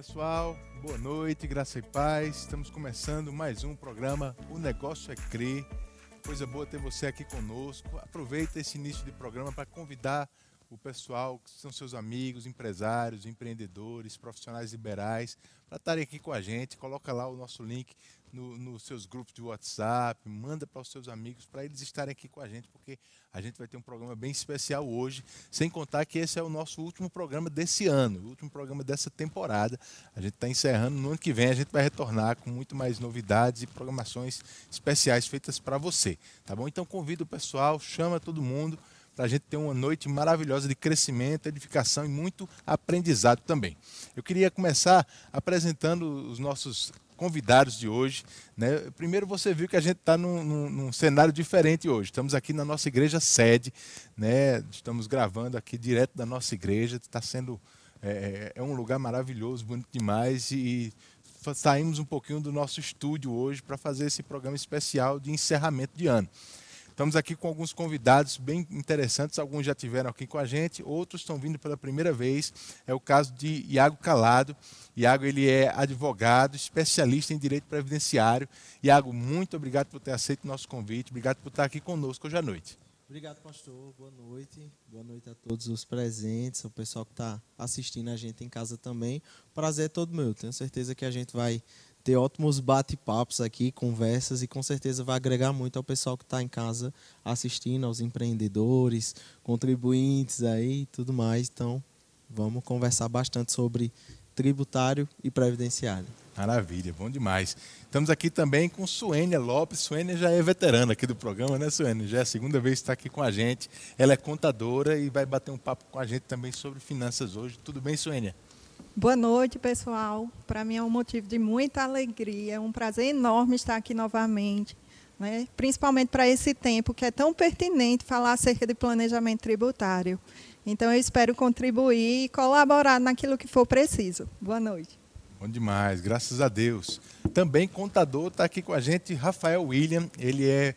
pessoal, boa noite, graça e paz. Estamos começando mais um programa O Negócio é Crer. Coisa boa ter você aqui conosco. Aproveita esse início de programa para convidar o pessoal que são seus amigos, empresários, empreendedores, profissionais liberais, para estarem aqui com a gente. Coloca lá o nosso link nos seus grupos de WhatsApp, manda para os seus amigos para eles estarem aqui com a gente, porque a gente vai ter um programa bem especial hoje, sem contar que esse é o nosso último programa desse ano, o último programa dessa temporada. A gente está encerrando, no ano que vem a gente vai retornar com muito mais novidades e programações especiais feitas para você, tá bom? Então convida o pessoal, chama todo mundo, para a gente ter uma noite maravilhosa de crescimento, edificação e muito aprendizado também. Eu queria começar apresentando os nossos convidados de hoje, né? Primeiro você viu que a gente está num cenário diferente hoje. Estamos aqui na nossa igreja sede, né? Estamos gravando aqui direto da nossa igreja. Está sendo é um lugar maravilhoso, bonito demais, e saímos um pouquinho do nosso estúdio hoje para fazer esse programa especial de encerramento de ano. Estamos aqui com alguns convidados bem interessantes, alguns já tiveram aqui com a gente, outros estão vindo pela primeira vez. É o caso de Iago Calado. Iago, ele é advogado, especialista em direito previdenciário. Iago, muito obrigado por ter aceito o nosso convite, obrigado por estar aqui conosco hoje à noite. Obrigado, pastor. Boa noite a todos os presentes, o pessoal que está assistindo a gente em casa também. O prazer é todo meu, tenho certeza que a gente vai ter ótimos bate-papos aqui, conversas, e com certeza vai agregar muito ao pessoal que está em casa assistindo, aos empreendedores, contribuintes aí e tudo mais. Então, vamos conversar bastante sobre tributário e previdenciário. Maravilha, bom demais. Estamos aqui também com Suênia Lopes. Suênia já é veterana aqui do programa, né, Suênia? Já é a segunda vez que está aqui com a gente. Ela é contadora e vai bater um papo com a gente também sobre finanças hoje. Tudo bem, Suênia? Boa noite, pessoal. Para mim é um motivo de muita alegria, é um prazer enorme estar aqui novamente, né? Principalmente para esse tempo que é tão pertinente falar acerca de planejamento tributário. Então, eu espero contribuir e colaborar naquilo que for preciso. Boa noite. Bom demais, graças a Deus. Também contador está aqui com a gente, Rafael William. Ele é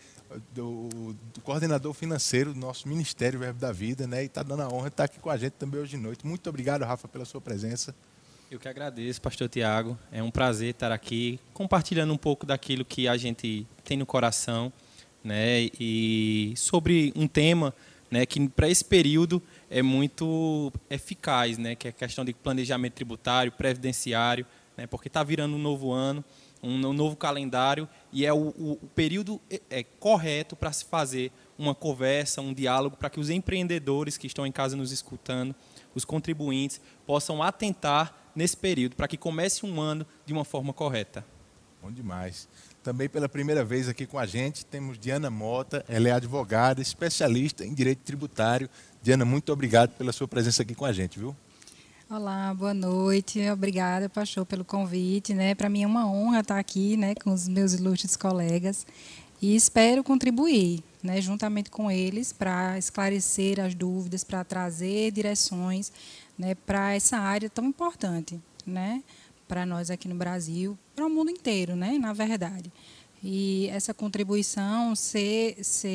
do coordenador financeiro do nosso Ministério Verbo da Vida, né? E está dando a honra de estar aqui com a gente também hoje de noite. Muito obrigado, Rafa, pela sua presença. Eu que agradeço, pastor Tiago. É um prazer estar aqui compartilhando um pouco daquilo que a gente tem no coração, né? E sobre um tema, né, que para esse período é muito eficaz, né? Que é a questão de planejamento tributário, previdenciário, né? Porque está virando um novo ano, um novo calendário, e é o período correto para se fazer uma conversa, um diálogo, para que os empreendedores que estão em casa nos escutando, os contribuintes, possam atentar nesse período, para que comece um ano de uma forma correta. Bom demais. Também pela primeira vez aqui com a gente temos Diana Mota. Ela é advogada, especialista em direito tributário. Diana, muito obrigado pela sua presença aqui com a gente, viu? Olá, boa noite. Obrigada, pastor, pelo convite, né? Para mim é uma honra estar aqui, né, com os meus ilustres colegas, e espero contribuir, né, juntamente com eles, para esclarecer as dúvidas, para trazer direções, né, para essa área tão importante, né, para nós aqui no Brasil, para o mundo inteiro, né, na verdade. E essa contribuição ser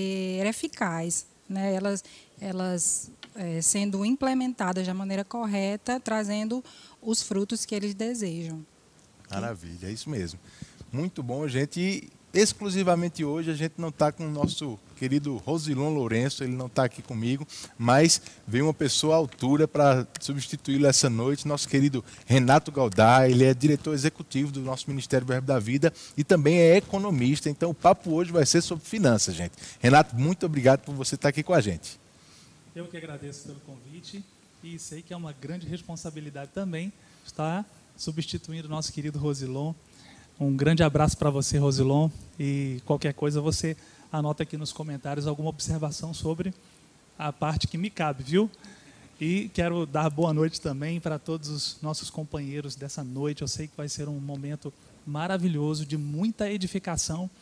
eficaz, né, elas sendo implementadas da maneira correta, trazendo os frutos que eles desejam. Maravilha, é isso mesmo. Muito bom, gente. E exclusivamente hoje a gente não está com o nosso querido Rosilon Lourenço, ele não está aqui comigo, mas veio uma pessoa à altura para substituí-lo essa noite, nosso querido Renato Galdar. Ele é diretor executivo do nosso Ministério Verbo da Vida e também é economista. Então o papo hoje vai ser sobre finanças, gente. Renato, muito obrigado por você estar aqui com a gente. Eu que agradeço pelo convite e sei que é uma grande responsabilidade também estar substituindo o nosso querido Rosilon. Um grande abraço para você, Rosilon, e qualquer coisa você anota aqui nos comentários alguma observação sobre a parte que me cabe, viu? E quero dar boa noite também para todos os nossos companheiros dessa noite. Eu sei que vai ser um momento maravilhoso, de muita edificação.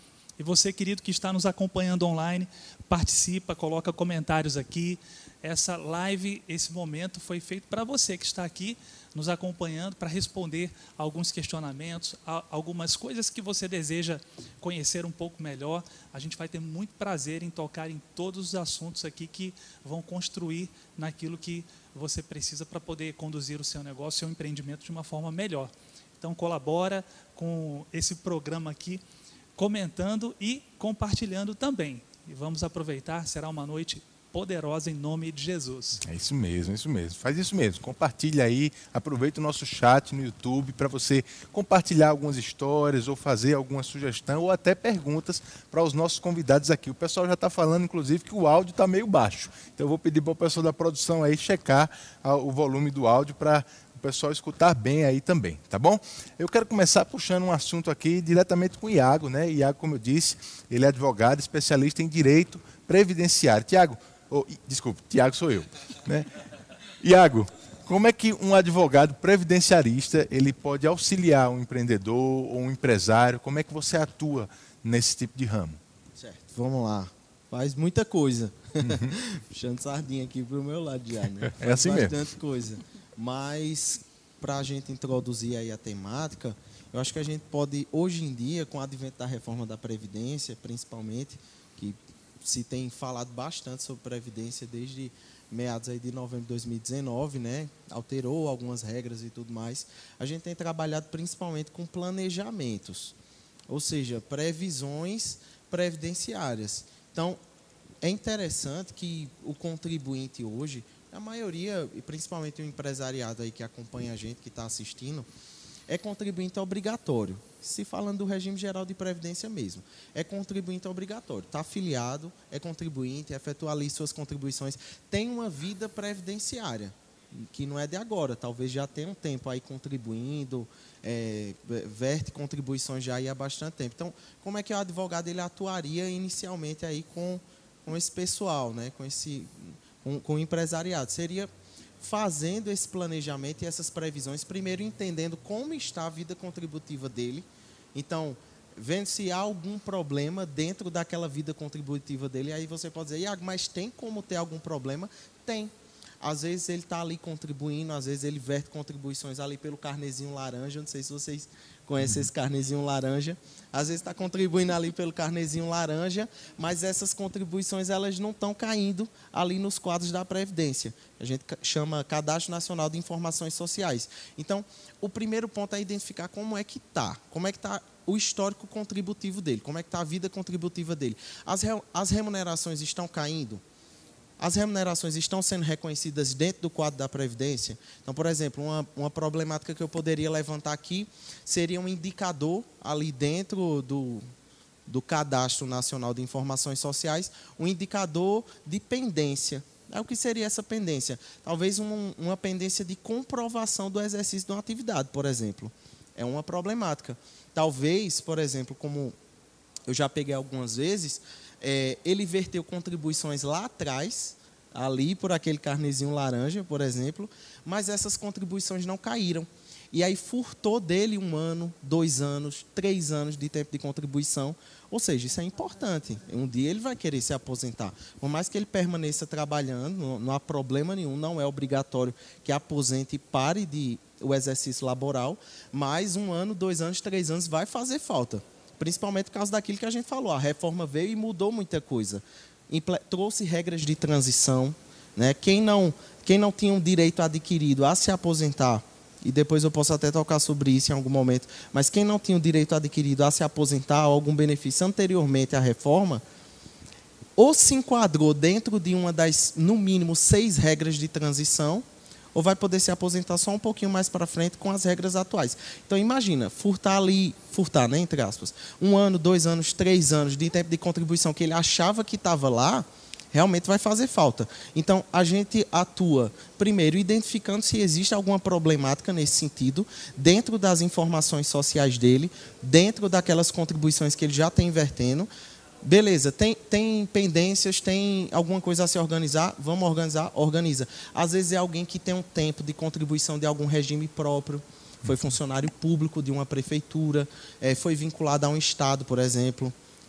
E você, querido, que está nos acompanhando online, participa, coloca comentários aqui. Essa live, esse momento foi feito para você que está aqui nos acompanhando, para responder alguns questionamentos, algumas coisas que você deseja conhecer um pouco melhor. A gente vai ter muito prazer em tocar em todos os assuntos aqui que vão construir naquilo que você precisa para poder conduzir o seu negócio, o seu empreendimento de uma forma melhor. Então, colabora com esse programa aqui, comentando e compartilhando também. E vamos aproveitar, será uma noite poderosa em nome de Jesus. É isso mesmo, isso mesmo. Faz isso mesmo. Compartilha aí, aproveita o nosso chat no YouTube para você compartilhar algumas histórias ou fazer alguma sugestão ou até perguntas para os nossos convidados aqui. O pessoal já está falando, inclusive, que o áudio está meio baixo. Então eu vou pedir para o pessoal da produção aí checar o volume do áudio para o pessoal escutar bem aí também, tá bom? Eu quero começar puxando um assunto aqui diretamente com o Iago, né? Iago, como eu disse, ele é advogado, especialista em direito previdenciário. Tiago sou eu, né? Iago, como é que um advogado previdenciarista ele pode auxiliar um empreendedor ou um empresário? Como é que você atua nesse tipo de ramo? Certo, vamos lá. Faz muita coisa. Puxando sardinha aqui para o meu lado já, né? É assim mesmo. Bastante coisa. Mas, para a gente introduzir aí a temática, eu acho que a gente pode, hoje em dia, com o advento da reforma da Previdência, principalmente, que se tem falado bastante sobre Previdência desde meados aí de novembro de 2019, né? Alterou algumas regras e tudo mais. A gente tem trabalhado principalmente com planejamentos, ou seja, previsões previdenciárias. Então, é interessante que o contribuinte hoje, a maioria, e principalmente o empresariado aí que acompanha a gente, que está assistindo, é contribuinte obrigatório. Se falando do regime geral de previdência mesmo, é contribuinte obrigatório. Está afiliado, é contribuinte, efetua ali suas contribuições, tem uma vida previdenciária, que não é de agora, talvez já tenha um tempo aí contribuindo, verte contribuições já aí há bastante tempo. Então, como é que o advogado ele atuaria inicialmente aí com esse pessoal, né? com o empresariado? Seria fazendo esse planejamento e essas previsões, primeiro entendendo como está a vida contributiva dele. Então, vendo se há algum problema dentro daquela vida contributiva dele, aí você pode dizer, Iago, mas tem como ter algum problema? Tem. Às vezes ele está ali contribuindo, às vezes ele verte contribuições ali pelo carnezinho laranja, não sei se vocês conhecem esse carnezinho laranja, às vezes está contribuindo ali pelo carnezinho laranja, mas essas contribuições elas não estão caindo ali nos quadros da Previdência. A gente chama Cadastro Nacional de Informações Sociais. Então, o primeiro ponto é identificar como é que está o histórico contributivo dele, como é que está a vida contributiva dele. As remunerações estão caindo? As remunerações estão sendo reconhecidas dentro do quadro da Previdência? Então, por exemplo, uma problemática que eu poderia levantar aqui seria um indicador ali dentro do Cadastro Nacional de Informações Sociais, um indicador de pendência. O que seria essa pendência? Talvez uma pendência de comprovação do exercício de uma atividade, por exemplo. É uma problemática. Talvez, por exemplo, como eu já peguei algumas vezes, ele verteu contribuições lá atrás, ali por aquele carnezinho laranja, por exemplo, mas essas contribuições não caíram. E aí furtou dele 1 ano, 2 anos, 3 anos de tempo de contribuição. Ou seja, isso é importante. Um dia ele vai querer se aposentar. Por mais que ele permaneça trabalhando, não há problema nenhum, não é obrigatório que aposente e pare o exercício laboral, mas 1 ano, 2 anos, 3 anos vai fazer falta. Principalmente por causa daquilo que a gente falou. A reforma veio e mudou muita coisa. Trouxe regras de transição, né? Quem não tinha um direito adquirido a se aposentar, e depois eu posso até tocar sobre isso em algum momento, mas quem não tinha o direito adquirido a se aposentar ou algum benefício anteriormente à reforma, ou se enquadrou dentro de uma das, no mínimo, 6 regras de transição, ou vai poder se aposentar só um pouquinho mais para frente com as regras atuais. Então, imagina, furtar, né, entre aspas, 1 ano, 2 anos, 3 anos de tempo de contribuição que ele achava que estava lá, realmente vai fazer falta. Então, a gente atua, primeiro, identificando se existe alguma problemática nesse sentido, dentro das informações sociais dele, dentro daquelas contribuições que ele já tem invertendo. Beleza, tem pendências, tem alguma coisa a se organizar, vamos organizar, organiza. Às vezes é alguém que tem um tempo de contribuição de algum regime próprio, foi funcionário público de uma prefeitura, foi vinculado a um estado, por exemplo.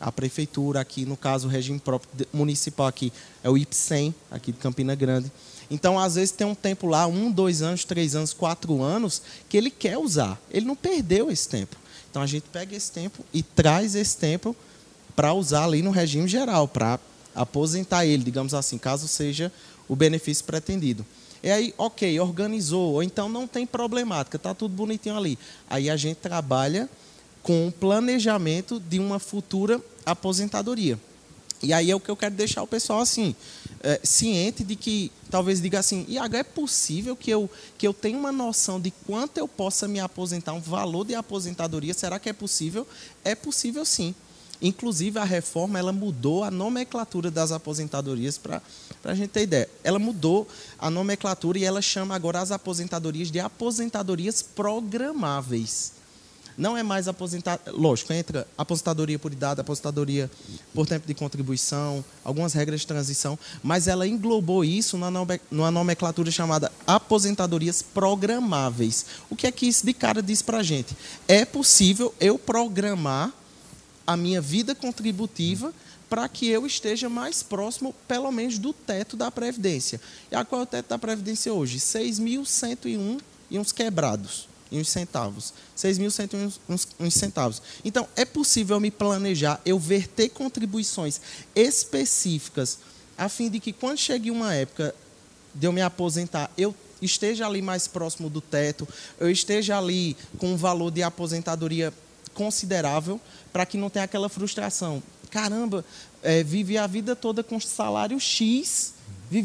a prefeitura aqui, no caso, o regime próprio municipal aqui, é o IPSEM, aqui de Campina Grande. Então, às vezes, tem um tempo lá, 1, 2 anos, 3 anos, 4 anos, que ele quer usar. Ele não perdeu esse tempo. Então, a gente pega esse tempo e traz esse tempo para usar ali no regime geral, para aposentar ele, digamos assim, caso seja o benefício pretendido. E aí, ok, organizou, ou então não tem problemática, está tudo bonitinho ali. Aí a gente trabalha com o planejamento de uma futura aposentadoria. E aí é o que eu quero deixar o pessoal assim, ciente de que, talvez diga assim, Iago, é possível que eu tenha uma noção de quanto eu possa me aposentar, um valor de aposentadoria, será que é possível? É possível sim. Inclusive, a reforma ela mudou a nomenclatura das aposentadorias, para a gente ter ideia. Ela mudou a nomenclatura e ela chama agora as aposentadorias de aposentadorias programáveis. Não é mais lógico, entra aposentadoria por idade, aposentadoria por tempo de contribuição, algumas regras de transição, mas ela englobou isso numa nomenclatura chamada aposentadorias programáveis. O que é que isso de cara diz para a gente? É possível eu programar a minha vida contributiva para que eu esteja mais próximo, pelo menos, do teto da Previdência. E qual é o teto da Previdência hoje? 6.101 e uns quebrados, e uns centavos. 6.101 uns centavos. Então, é possível me planejar, eu verter contribuições específicas, a fim de que, quando chegue uma época de eu me aposentar, eu esteja ali mais próximo do teto, eu esteja ali com um valor de aposentadoria considerável, para que não tenha aquela frustração. Caramba, vivi a vida toda com salário X,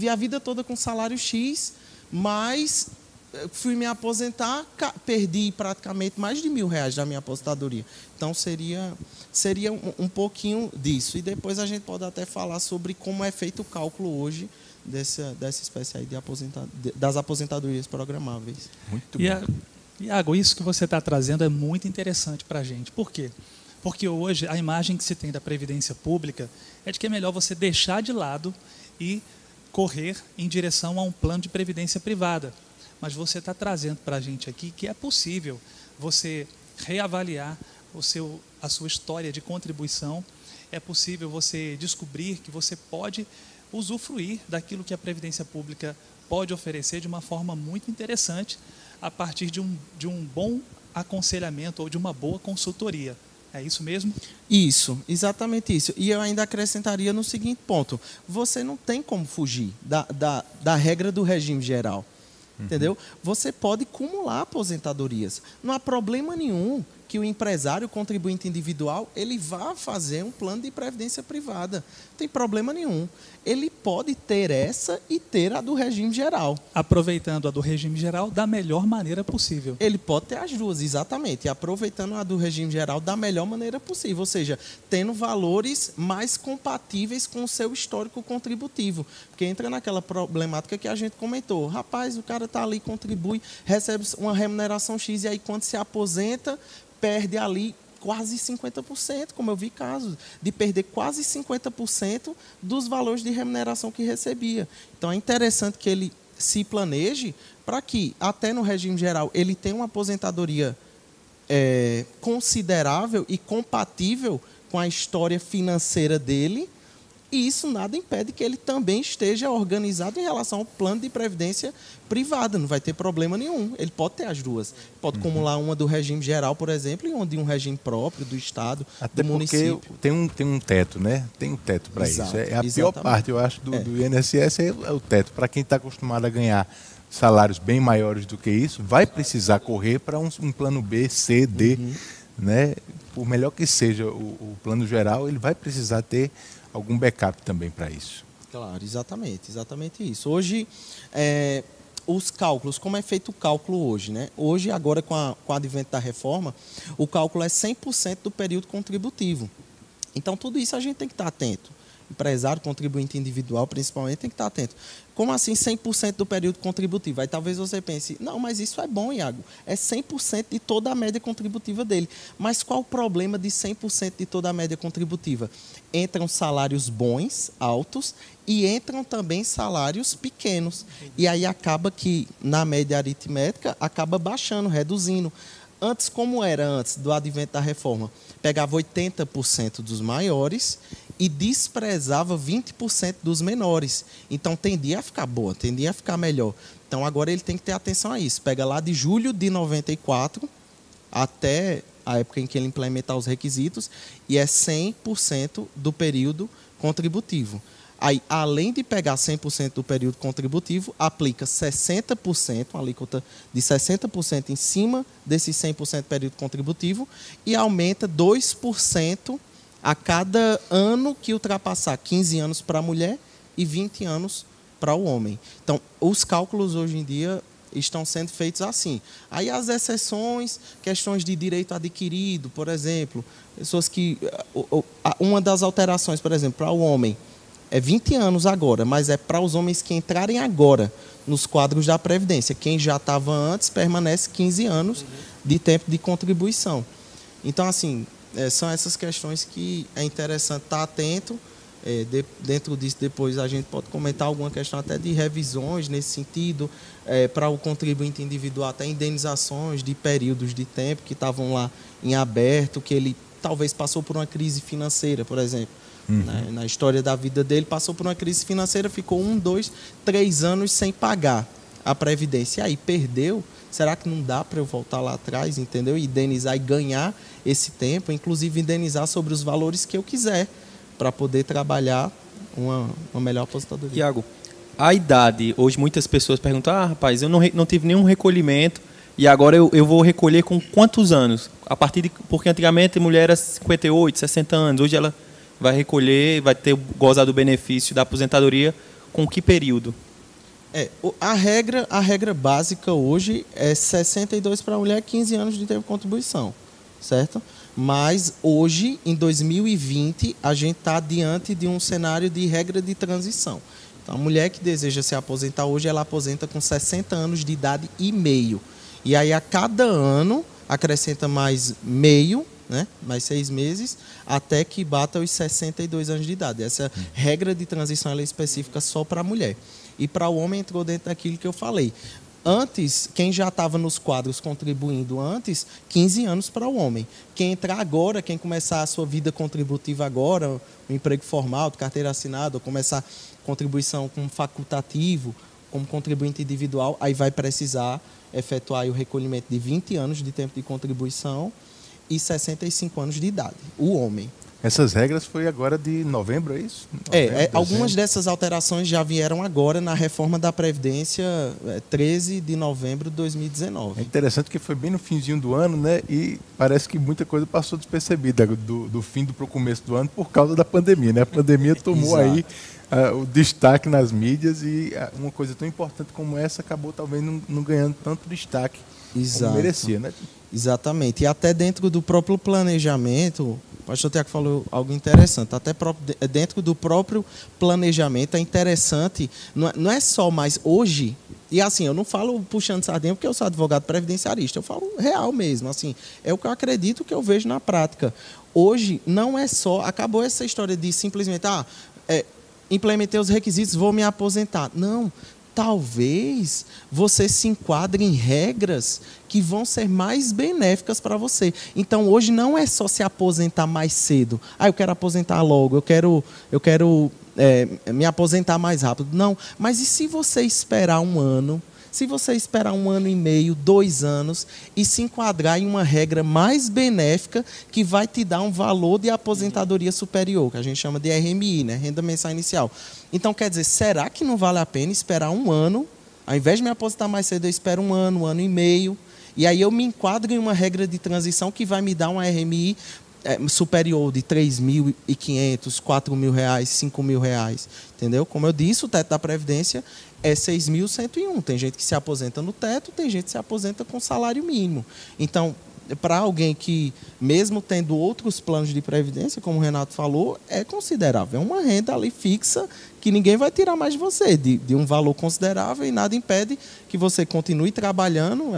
mas fui me aposentar, perdi praticamente mais de R$1.000 da minha aposentadoria. Então, seria um pouquinho disso. E depois a gente pode até falar sobre como é feito o cálculo hoje dessa espécie aí das aposentadorias programáveis. Muito bom. Iago, isso que você está trazendo é muito interessante para a gente. Por quê? Porque hoje a imagem que se tem da Previdência Pública é de que é melhor você deixar de lado e correr em direção a um plano de previdência privada. Mas você está trazendo para a gente aqui que é possível você reavaliar a sua história de contribuição, é possível você descobrir que você pode usufruir daquilo que a Previdência Pública pode oferecer de uma forma muito interessante a partir de um bom aconselhamento ou de uma boa consultoria. É isso mesmo? Isso, exatamente isso. E eu ainda acrescentaria no seguinte ponto. Você não tem como fugir da regra do regime geral. Entendeu? Você pode acumular aposentadorias. Não há problema nenhum que o empresário, o contribuinte individual, ele vá fazer um plano de previdência privada. Não tem problema nenhum. Ele pode ter essa e ter a do regime geral. Aproveitando a do regime geral da melhor maneira possível. Ele pode ter as duas, exatamente. E aproveitando a do regime geral da melhor maneira possível. Ou seja, tendo valores mais compatíveis com o seu histórico contributivo. Porque entra naquela problemática que a gente comentou. Rapaz, o cara está ali, contribui, recebe uma remuneração X e aí quando se aposenta, perde ali quase 50%, como eu vi casos, de perder quase 50% dos valores de remuneração que recebia. Então, é interessante que ele se planeje para que, até no regime geral, ele tenha uma aposentadoria considerável e compatível com a história financeira dele, e isso nada impede que ele também esteja organizado em relação ao plano de previdência privada. Não vai ter problema nenhum. Ele pode ter as duas. Pode acumular uma do regime geral, por exemplo, e uma de um regime próprio do Estado, até do município. Tem um teto, né? Tem um teto para isso. É a pior parte, eu acho, do INSS é o teto. Para quem está acostumado a ganhar salários bem maiores do que isso, vai precisar correr para um plano B, C, D. Né? Por melhor que seja o plano geral, ele vai precisar ter algum backup também para isso. Claro, exatamente isso. Hoje, os cálculos, como é feito o cálculo hoje, né? Hoje, agora com o advento da reforma, o cálculo é 100% do período contributivo. Então, tudo isso a gente tem que estar atento. Empresário, contribuinte individual, principalmente, tem que estar atento. Como assim 100% do período contributivo? Aí talvez você pense, não, mas isso é bom, Iago. É 100% de toda a média contributiva dele. Mas qual o problema de 100% de toda a média contributiva? Entram salários bons, altos, e entram também salários pequenos. E aí acaba que, na média aritmética, acaba baixando, reduzindo. Antes, como era antes do advento da reforma? Pegava 80% dos maiores e desprezava 20% dos menores. Então, tendia a ficar boa, tendia a ficar melhor. Então, agora ele tem que ter atenção a isso. Pega lá de julho de 94 até a época em que ele implementar os requisitos e é 100% do período contributivo. Aí, além de pegar 100% do período contributivo, aplica 60%, uma alíquota de 60% em cima desse 100% do período contributivo e aumenta 2% a cada ano que ultrapassar 15 anos para a mulher e 20 anos para o homem. Então, os cálculos hoje em dia estão sendo feitos assim. Aí as exceções, questões de direito adquirido, por exemplo, pessoas que... Uma das alterações, por exemplo, para o homem, é 20 anos agora, mas é para os homens que entrarem agora nos quadros da Previdência. Quem já estava antes permanece 15 anos de tempo de contribuição. Então, assim, são essas questões que é interessante estar atento. Dentro disso, depois a gente pode comentar alguma questão até de revisões nesse sentido, para o contribuinte individual, até indenizações de períodos de tempo que estavam lá em aberto, que ele talvez passou por uma crise financeira, por exemplo. Na história da vida dele, passou por uma crise financeira, ficou 1, 2, 3 anos sem pagar a Previdência. E aí, perdeu? Será que não dá para eu voltar lá atrás, entendeu? E indenizar e ganhar esse tempo, inclusive indenizar sobre os valores que eu quiser, para poder trabalhar uma melhor aposentadoria. Tiago, a idade, hoje muitas pessoas perguntam, rapaz, eu não tive nenhum recolhimento e agora eu vou recolher com quantos anos? Porque antigamente a mulher era 58, 60 anos, hoje ela vai recolher, vai ter gozado do benefício da aposentadoria com que período? A regra básica hoje é 62 para a mulher, 15 anos de tempo de contribuição, certo? Mas hoje, em 2020, a gente está diante de um cenário de regra de transição. Então, a mulher que deseja se aposentar hoje, ela aposenta com 60 anos de idade e meio. E aí, a cada ano, acrescenta mais meio, né? Mais 6 meses, até que bata os 62 anos de idade. Essa regra de transição ela é específica só para a mulher. E para o homem entrou dentro daquilo que eu falei. Antes, quem já estava nos quadros contribuindo antes, 15 anos para o homem. Quem entrar agora, quem começar a sua vida contributiva agora, um emprego formal, de carteira assinada, ou começar contribuição como facultativo, como contribuinte individual, aí vai precisar efetuar o recolhimento de 20 anos de tempo de contribuição e 65 anos de idade, o homem. Essas regras foi agora de novembro, é isso? Algumas dessas alterações já vieram agora na reforma da Previdência, 13 de novembro de 2019. É interessante que foi bem no finzinho do ano, né? E parece que muita coisa passou despercebida do fim para o começo do ano por causa da pandemia, né? A pandemia tomou aí o destaque nas mídias e uma coisa tão importante como essa acabou talvez não ganhando tanto destaque como merecia, né? Exatamente. E até dentro do próprio planejamento, o pastor Tiago falou algo interessante, até dentro do próprio planejamento é interessante, não é só mais hoje, e assim, eu não falo puxando sardinha porque eu sou advogado previdenciarista, eu falo real mesmo, assim, é o que eu acredito que eu vejo na prática. Hoje não é só, acabou essa história de simplesmente, implementei os requisitos, vou me aposentar. Não, talvez você se enquadre em regras que vão ser mais benéficas para você. Então, hoje não é só se aposentar mais cedo. Eu quero aposentar logo, eu quero me aposentar mais rápido. Não, mas e se você esperar 1 ano? Se você esperar 1 ano e meio, 2 anos, e se enquadrar em uma regra mais benéfica que vai te dar um valor de aposentadoria superior, que a gente chama de RMI, né? Renda mensal inicial. Então, quer dizer, será que não vale a pena esperar 1 ano? Ao invés de me aposentar mais cedo, eu espero 1 ano e meio, e aí eu me enquadro em uma regra de transição que vai me dar um RMI superior de R$3.500, R$4.000, R$5.000, entendeu? Como eu disse, o teto da Previdência é 6.101. Tem gente que se aposenta no teto, tem gente que se aposenta com salário mínimo. Então, para alguém que, mesmo tendo outros planos de previdência, como o Renato falou, é considerável. É uma renda ali fixa que ninguém vai tirar mais de você, de um valor considerável, e nada impede que você continue trabalhando,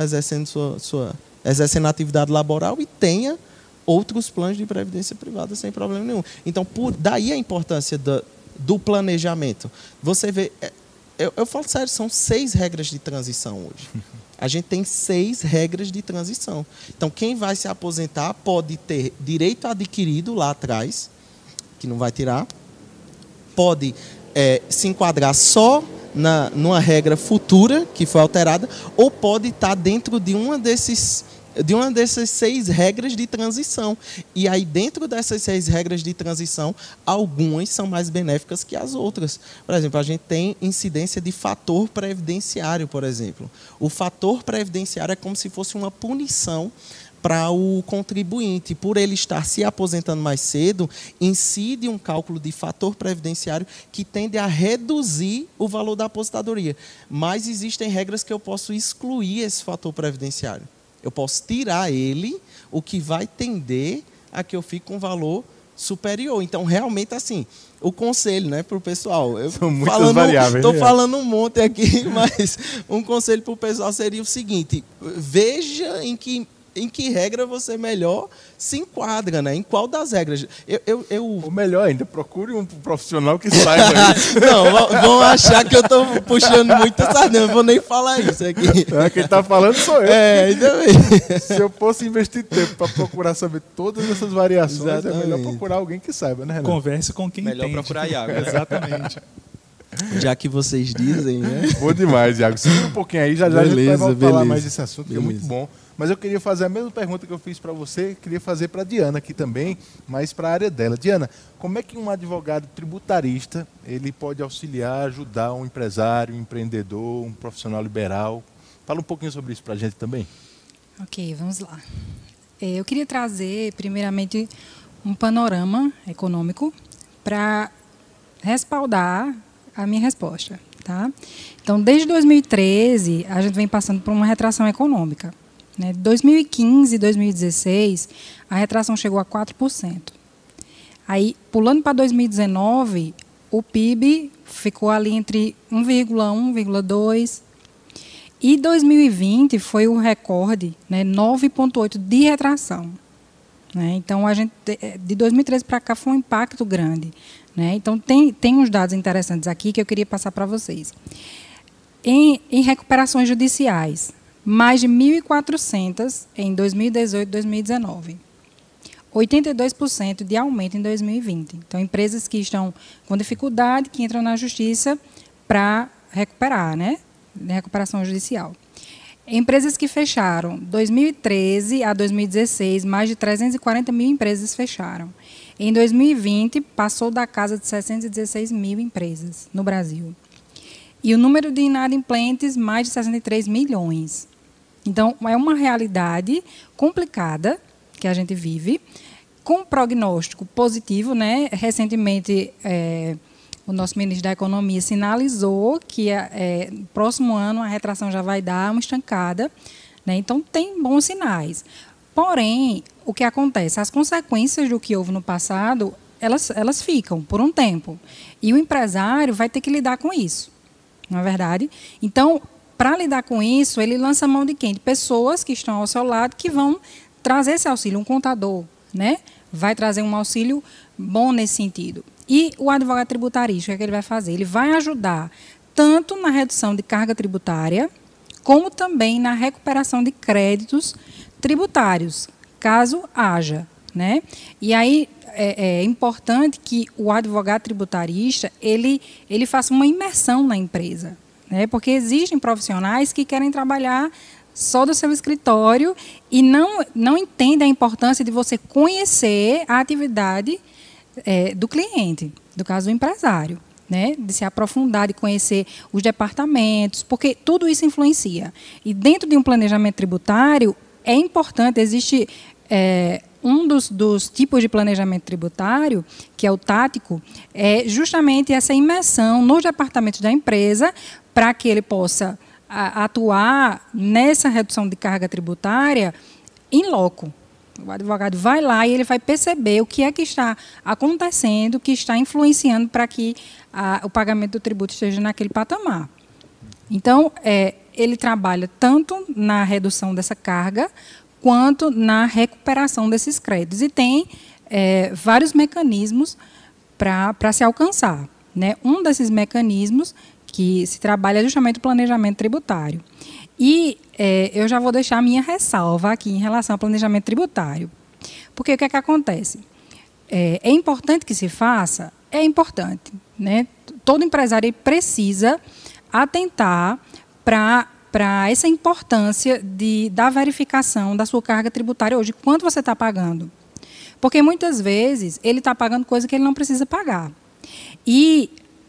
exercendo atividade laboral e tenha outros planos de previdência privada sem problema nenhum. Então, daí a importância do planejamento. Você vê... eu falo sério, são 6 regras de transição hoje. A gente tem 6 regras de transição. Então, quem vai se aposentar pode ter direito adquirido lá atrás, que não vai tirar, pode se enquadrar só numa regra futura, que foi alterada, ou pode estar dentro de uma dessas 6 regras de transição. E aí, dentro dessas 6 regras de transição, algumas são mais benéficas que as outras. Por exemplo, a gente tem incidência de fator previdenciário, por exemplo. O fator previdenciário é como se fosse uma punição para o contribuinte. Por ele estar se aposentando mais cedo, incide um cálculo de fator previdenciário que tende a reduzir o valor da aposentadoria. Mas existem regras que eu posso excluir esse fator previdenciário. Eu posso tirar ele, o que vai tender a que eu fique com um valor superior. Então, realmente, assim, o conselho, né, para o pessoal... São muitas variáveis. Estou falando um monte aqui, mas um conselho para o pessoal seria o seguinte: veja em que regra você melhor se enquadra, né? Em qual das regras? Ou melhor ainda, procure um profissional que saiba isso. Não, vão achar que eu estou puxando muito sardinha, não vou nem falar isso aqui. Quem está falando sou eu. Ainda bem. Se eu fosse investir tempo para procurar saber todas essas variações, Exatamente. é melhor procurar alguém que saiba, né, Renato? Converse com quem Melhor entende. procurar Iago. Exatamente. Já que vocês dizem, né? Bom demais, Iago. Segura um pouquinho aí, já a gente vai voltar falar mais desse assunto, que é muito bom. Mas eu queria fazer a mesma pergunta que eu fiz para você, queria fazer para a Diana aqui também, mas para a área dela. Diana, como é que um advogado tributarista ele pode auxiliar, ajudar um empresário, um empreendedor, um profissional liberal? Fala um pouquinho sobre isso para a gente também. Ok, vamos lá. Eu queria trazer, primeiramente, um panorama econômico para respaldar a minha resposta. Tá? Então, desde 2013, a gente vem passando por uma retração econômica. Né? De 2015 e 2016, a retração chegou a 4%. Aí, pulando para 2019, o PIB ficou ali entre 1,1%, 1,2%. E 2020 foi o recorde, né, 9,8% de retração. Né? Então, de 2013 para cá foi um impacto grande. Né? Então, tem uns dados interessantes aqui que eu queria passar para vocês. Em recuperações judiciais, mais de 1.400 em 2018 e 2019. 82% de aumento em 2020. Então, empresas que estão com dificuldade, que entram na justiça para recuperar, né? Recuperação judicial. Empresas que fecharam, 2013 a 2016, mais de 340 mil empresas fecharam. Em 2020, passou da casa de 616 mil empresas no Brasil. E o número de inadimplentes, mais de 63 milhões. Então, é uma realidade complicada que a gente vive, com prognóstico positivo. Né? Recentemente, o nosso ministro da Economia sinalizou que no próximo ano a retração já vai dar uma estancada. Né? Então, tem bons sinais. Porém, o que acontece? As consequências do que houve no passado, elas ficam por um tempo. E o empresário vai ter que lidar com isso. Não é verdade? Então, para lidar com isso, ele lança a mão de quem? De pessoas que estão ao seu lado, que vão trazer esse auxílio. Um contador, né? Vai trazer um auxílio bom nesse sentido. E o advogado tributarista, o que ele vai fazer? Ele vai ajudar tanto na redução de carga tributária, como também na recuperação de créditos tributários, caso haja. Né? E aí é importante que o advogado tributarista ele faça uma imersão na empresa, né? Porque existem profissionais que querem trabalhar só do seu escritório e não entendem a importância de você conhecer a atividade do cliente, do caso do empresário, né? De se aprofundar, de conhecer os departamentos, porque tudo isso influencia. E dentro de um planejamento tributário é importante, existe um dos tipos de planejamento tributário, que é o tático, é justamente essa imersão nos departamentos da empresa para que ele possa atuar nessa redução de carga tributária in loco. O advogado vai lá e ele vai perceber o que é que está acontecendo, que está influenciando para que o pagamento do tributo esteja naquele patamar. Então, ele trabalha tanto na redução dessa carga, quanto na recuperação desses créditos. E tem vários mecanismos para se alcançar. Né? Um desses mecanismos, que se trabalha justamente o planejamento tributário. E eu já vou deixar a minha ressalva aqui em relação ao planejamento tributário. Porque o que é que acontece? É importante que se faça? É importante, né? Todo empresário precisa atentar para essa importância da verificação da sua carga tributária hoje, quanto você está pagando. Porque muitas vezes ele está pagando coisa que ele não precisa pagar. E,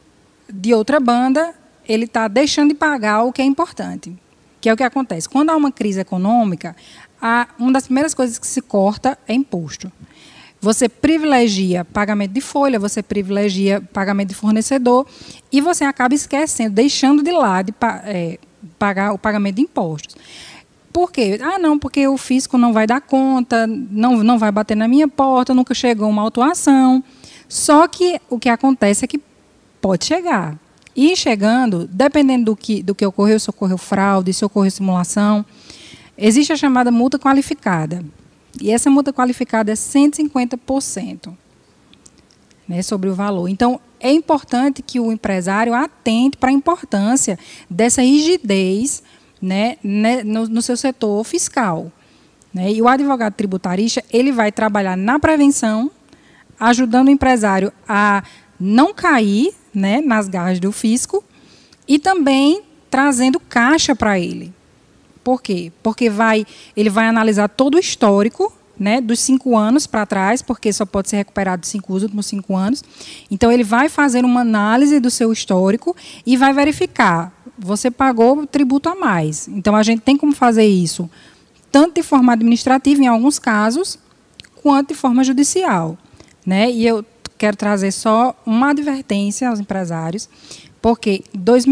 de outra banda, ele está deixando de pagar o que é importante, que é o que acontece. Quando há uma crise econômica, uma das primeiras coisas que se corta é imposto. Você privilegia pagamento de folha, você privilegia pagamento de fornecedor e você acaba esquecendo, deixando de lado pagar o pagamento de impostos. Por quê? Não, porque o fisco não vai dar conta, não vai bater na minha porta, nunca chegou uma autuação. Só que o que acontece é que pode chegar. E chegando, dependendo do que ocorreu, se ocorreu fraude, se ocorreu simulação, existe a chamada multa qualificada. E essa multa qualificada é 150%, né, sobre o valor. Então, é importante que o empresário atente para a importância dessa rigidez, né, no seu setor fiscal. Né? E o advogado tributarista ele vai trabalhar na prevenção, ajudando o empresário a não cair, né, nas garras do fisco e também trazendo caixa para ele. Por quê? Porque ele vai analisar todo o histórico, né, dos 5 anos para trás, porque só pode ser recuperado os últimos 5 anos. Então, ele vai fazer uma análise do seu histórico e vai verificar. Você pagou tributo a mais. Então, a gente tem como fazer isso, tanto de forma administrativa, em alguns casos, quanto de forma judicial. Né? E eu quero trazer só uma advertência aos empresários, porque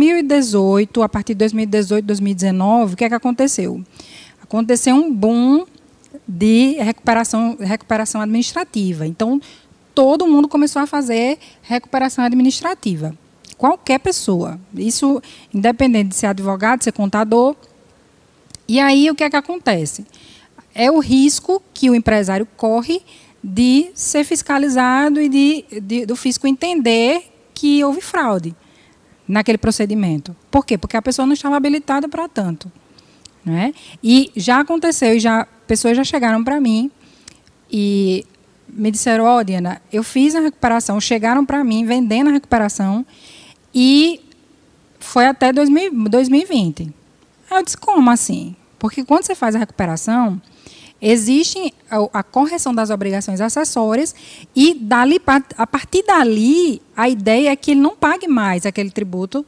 2018, a partir de 2018, 2019, o que é que aconteceu? Aconteceu um boom de recuperação administrativa. Então, todo mundo começou a fazer recuperação administrativa. Qualquer pessoa. Isso, independente de ser advogado, de ser contador. E aí, o que é que acontece? É o risco que o empresário corre de ser fiscalizado e do fisco entender que houve fraude naquele procedimento. Por quê? Porque a pessoa não estava habilitada para tanto. Né? E já aconteceu, pessoas já chegaram para mim e me disseram, Diana, eu fiz a recuperação, chegaram para mim vendendo a recuperação e foi até 2020. Aí eu disse, como assim? Porque quando você faz a recuperação, existe a correção das obrigações acessórias e a partir dali a ideia é que ele não pague mais aquele tributo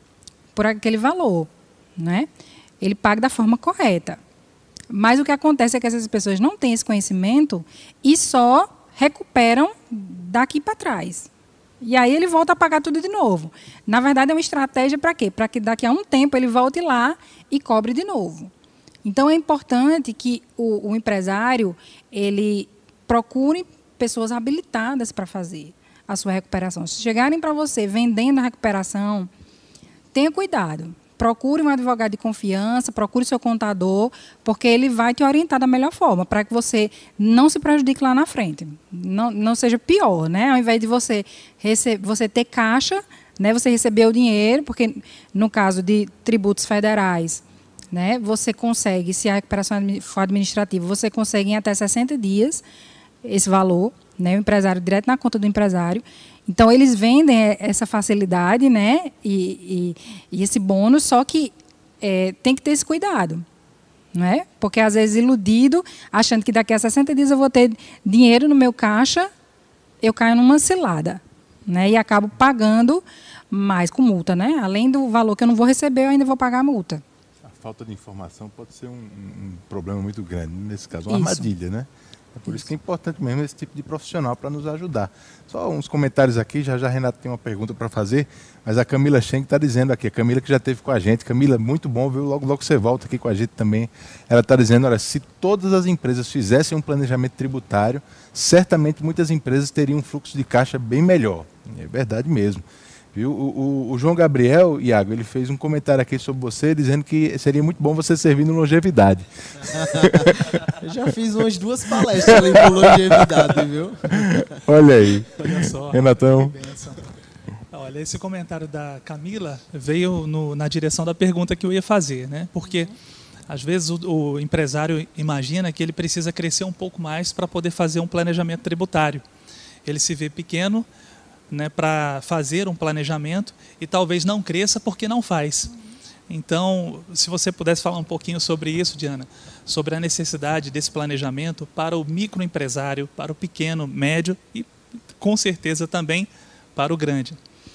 por aquele valor, né? Ele paga da forma correta. Mas o que acontece é que essas pessoas não têm esse conhecimento e só recuperam daqui para trás. E aí ele volta a pagar tudo de novo. Na verdade, é uma estratégia para quê? Para que daqui a um tempo ele volte lá e cobre de novo. Então, é importante que o empresário ele procure pessoas habilitadas para fazer a sua recuperação. Se chegarem para você vendendo a recuperação, tenha cuidado. Procure um advogado de confiança, procure seu contador, porque ele vai te orientar da melhor forma, para que você não se prejudique lá na frente. Não seja pior, né? Ao invés de você ter caixa, né, você receber o dinheiro, porque no caso de tributos federais, né, você consegue, se a recuperação for administrativa, você consegue em até 60 dias esse valor, né, o empresário direto na conta do empresário. Então, eles vendem essa facilidade, né, e esse bônus, só que tem que ter esse cuidado. Né? Porque, às vezes, iludido, achando que daqui a 60 dias eu vou ter dinheiro no meu caixa, eu caio numa cilada. Né, e acabo pagando mais com multa. Né? Além do valor que eu não vou receber, eu ainda vou pagar a multa. A falta de informação pode ser um problema muito grande, nesse caso, uma armadilha, né? É por isso que é importante mesmo esse tipo de profissional para nos ajudar. Só uns comentários aqui, já Renato tem uma pergunta para fazer, mas a Camila Schenck está dizendo aqui, a Camila que já esteve com a gente. Camila, muito bom, viu? Logo você volta aqui com a gente também. Ela está dizendo, olha, se todas as empresas fizessem um planejamento tributário, certamente muitas empresas teriam um fluxo de caixa bem melhor. É verdade mesmo. Viu? O João Gabriel, Iago, ele fez um comentário aqui sobre você, dizendo que seria muito bom você servir no Longevidade. Eu já fiz umas 2 palestras ali pro Longevidade, viu? Olha aí. Olha só. Renatão. Olha, esse comentário da Camila veio na direção da pergunta que eu ia fazer, né? Porque às vezes o empresário imagina que ele precisa crescer um pouco mais para poder fazer um planejamento tributário. Ele se vê pequeno, né, para fazer um planejamento e talvez não cresça porque não faz. Então, se você pudesse falar um pouquinho sobre isso, Diana, sobre a necessidade desse planejamento para o microempresário, para o pequeno, médio e, com certeza, também para o grande.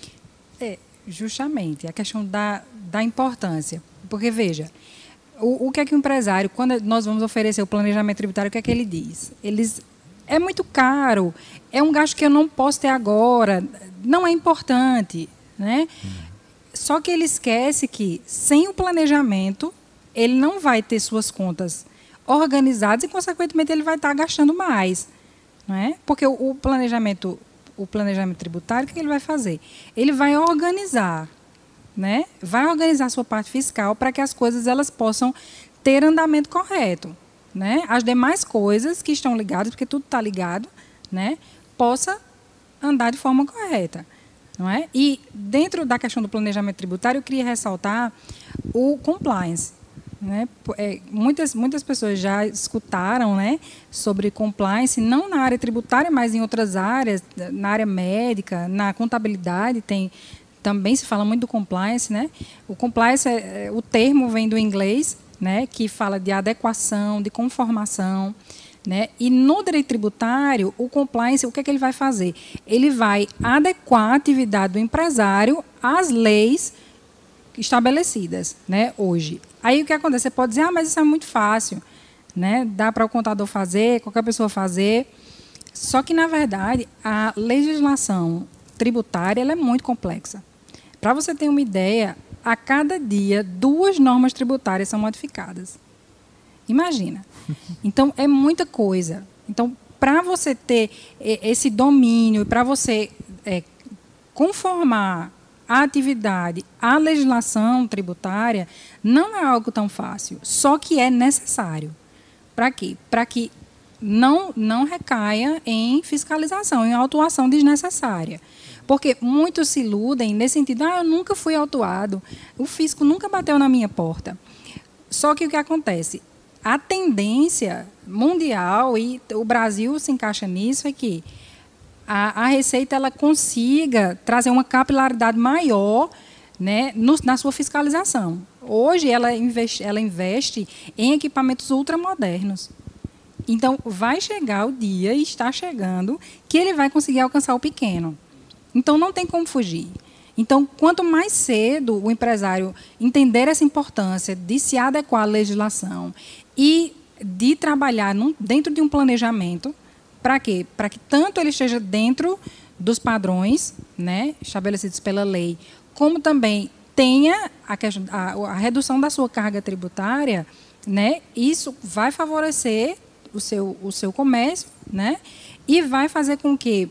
Justamente, a questão da importância. Porque, veja, o que é que o empresário, quando nós vamos oferecer o planejamento tributário, o que é que ele diz? É muito caro, é um gasto que eu não posso ter agora, não é importante, né? Só que ele esquece que, sem o planejamento, ele não vai ter suas contas organizadas e, consequentemente, ele vai estar gastando mais, não é? Porque o planejamento tributário, o que ele vai fazer? Ele vai organizar, né? Vai organizar a sua parte fiscal para que as coisas elas possam ter andamento correto, né? As demais coisas que estão ligadas, porque tudo está ligado, né? Possa andar de forma correta, não é? E dentro da questão do planejamento tributário, eu queria ressaltar o compliance, né? Muitas pessoas já escutaram, né, sobre compliance, não na área tributária, mas em outras áreas, na área médica, na contabilidade, também se fala muito do compliance, né? O compliance, o termo vem do inglês, né, que fala de adequação, de conformação, né? E no direito tributário, o compliance, o que é que ele vai fazer? Ele vai adequar a atividade do empresário às leis estabelecidas, né, hoje. Aí o que acontece? Você pode dizer, mas isso é muito fácil, né? Dá para o contador fazer, qualquer pessoa fazer. Só que, na verdade, a legislação tributária ela é muito complexa. Para você ter uma ideia, a cada dia 2 normas tributárias são modificadas. Imagina. Então, é muita coisa. Então, para você ter esse domínio, para você conformar a atividade à legislação tributária, não é algo tão fácil. Só que é necessário. Para quê? Para que não recaia em fiscalização, em autuação desnecessária. Porque muitos se iludem nesse sentido, eu nunca fui autuado, o fisco nunca bateu na minha porta. Só que o que acontece? A tendência mundial, e o Brasil se encaixa nisso, é que a Receita ela consiga trazer uma capilaridade maior, né, na sua fiscalização. Hoje, ela investe em equipamentos ultramodernos. Então, vai chegar o dia, e está chegando, que ele vai conseguir alcançar o pequeno. Então, não tem como fugir. Então, quanto mais cedo o empresário entender essa importância de se adequar à legislação e de trabalhar dentro de um planejamento, para quê? Para que tanto ele esteja dentro dos padrões, né, estabelecidos pela lei, como também tenha a redução da sua carga tributária, né, isso vai favorecer o seu comércio, né, e vai fazer com que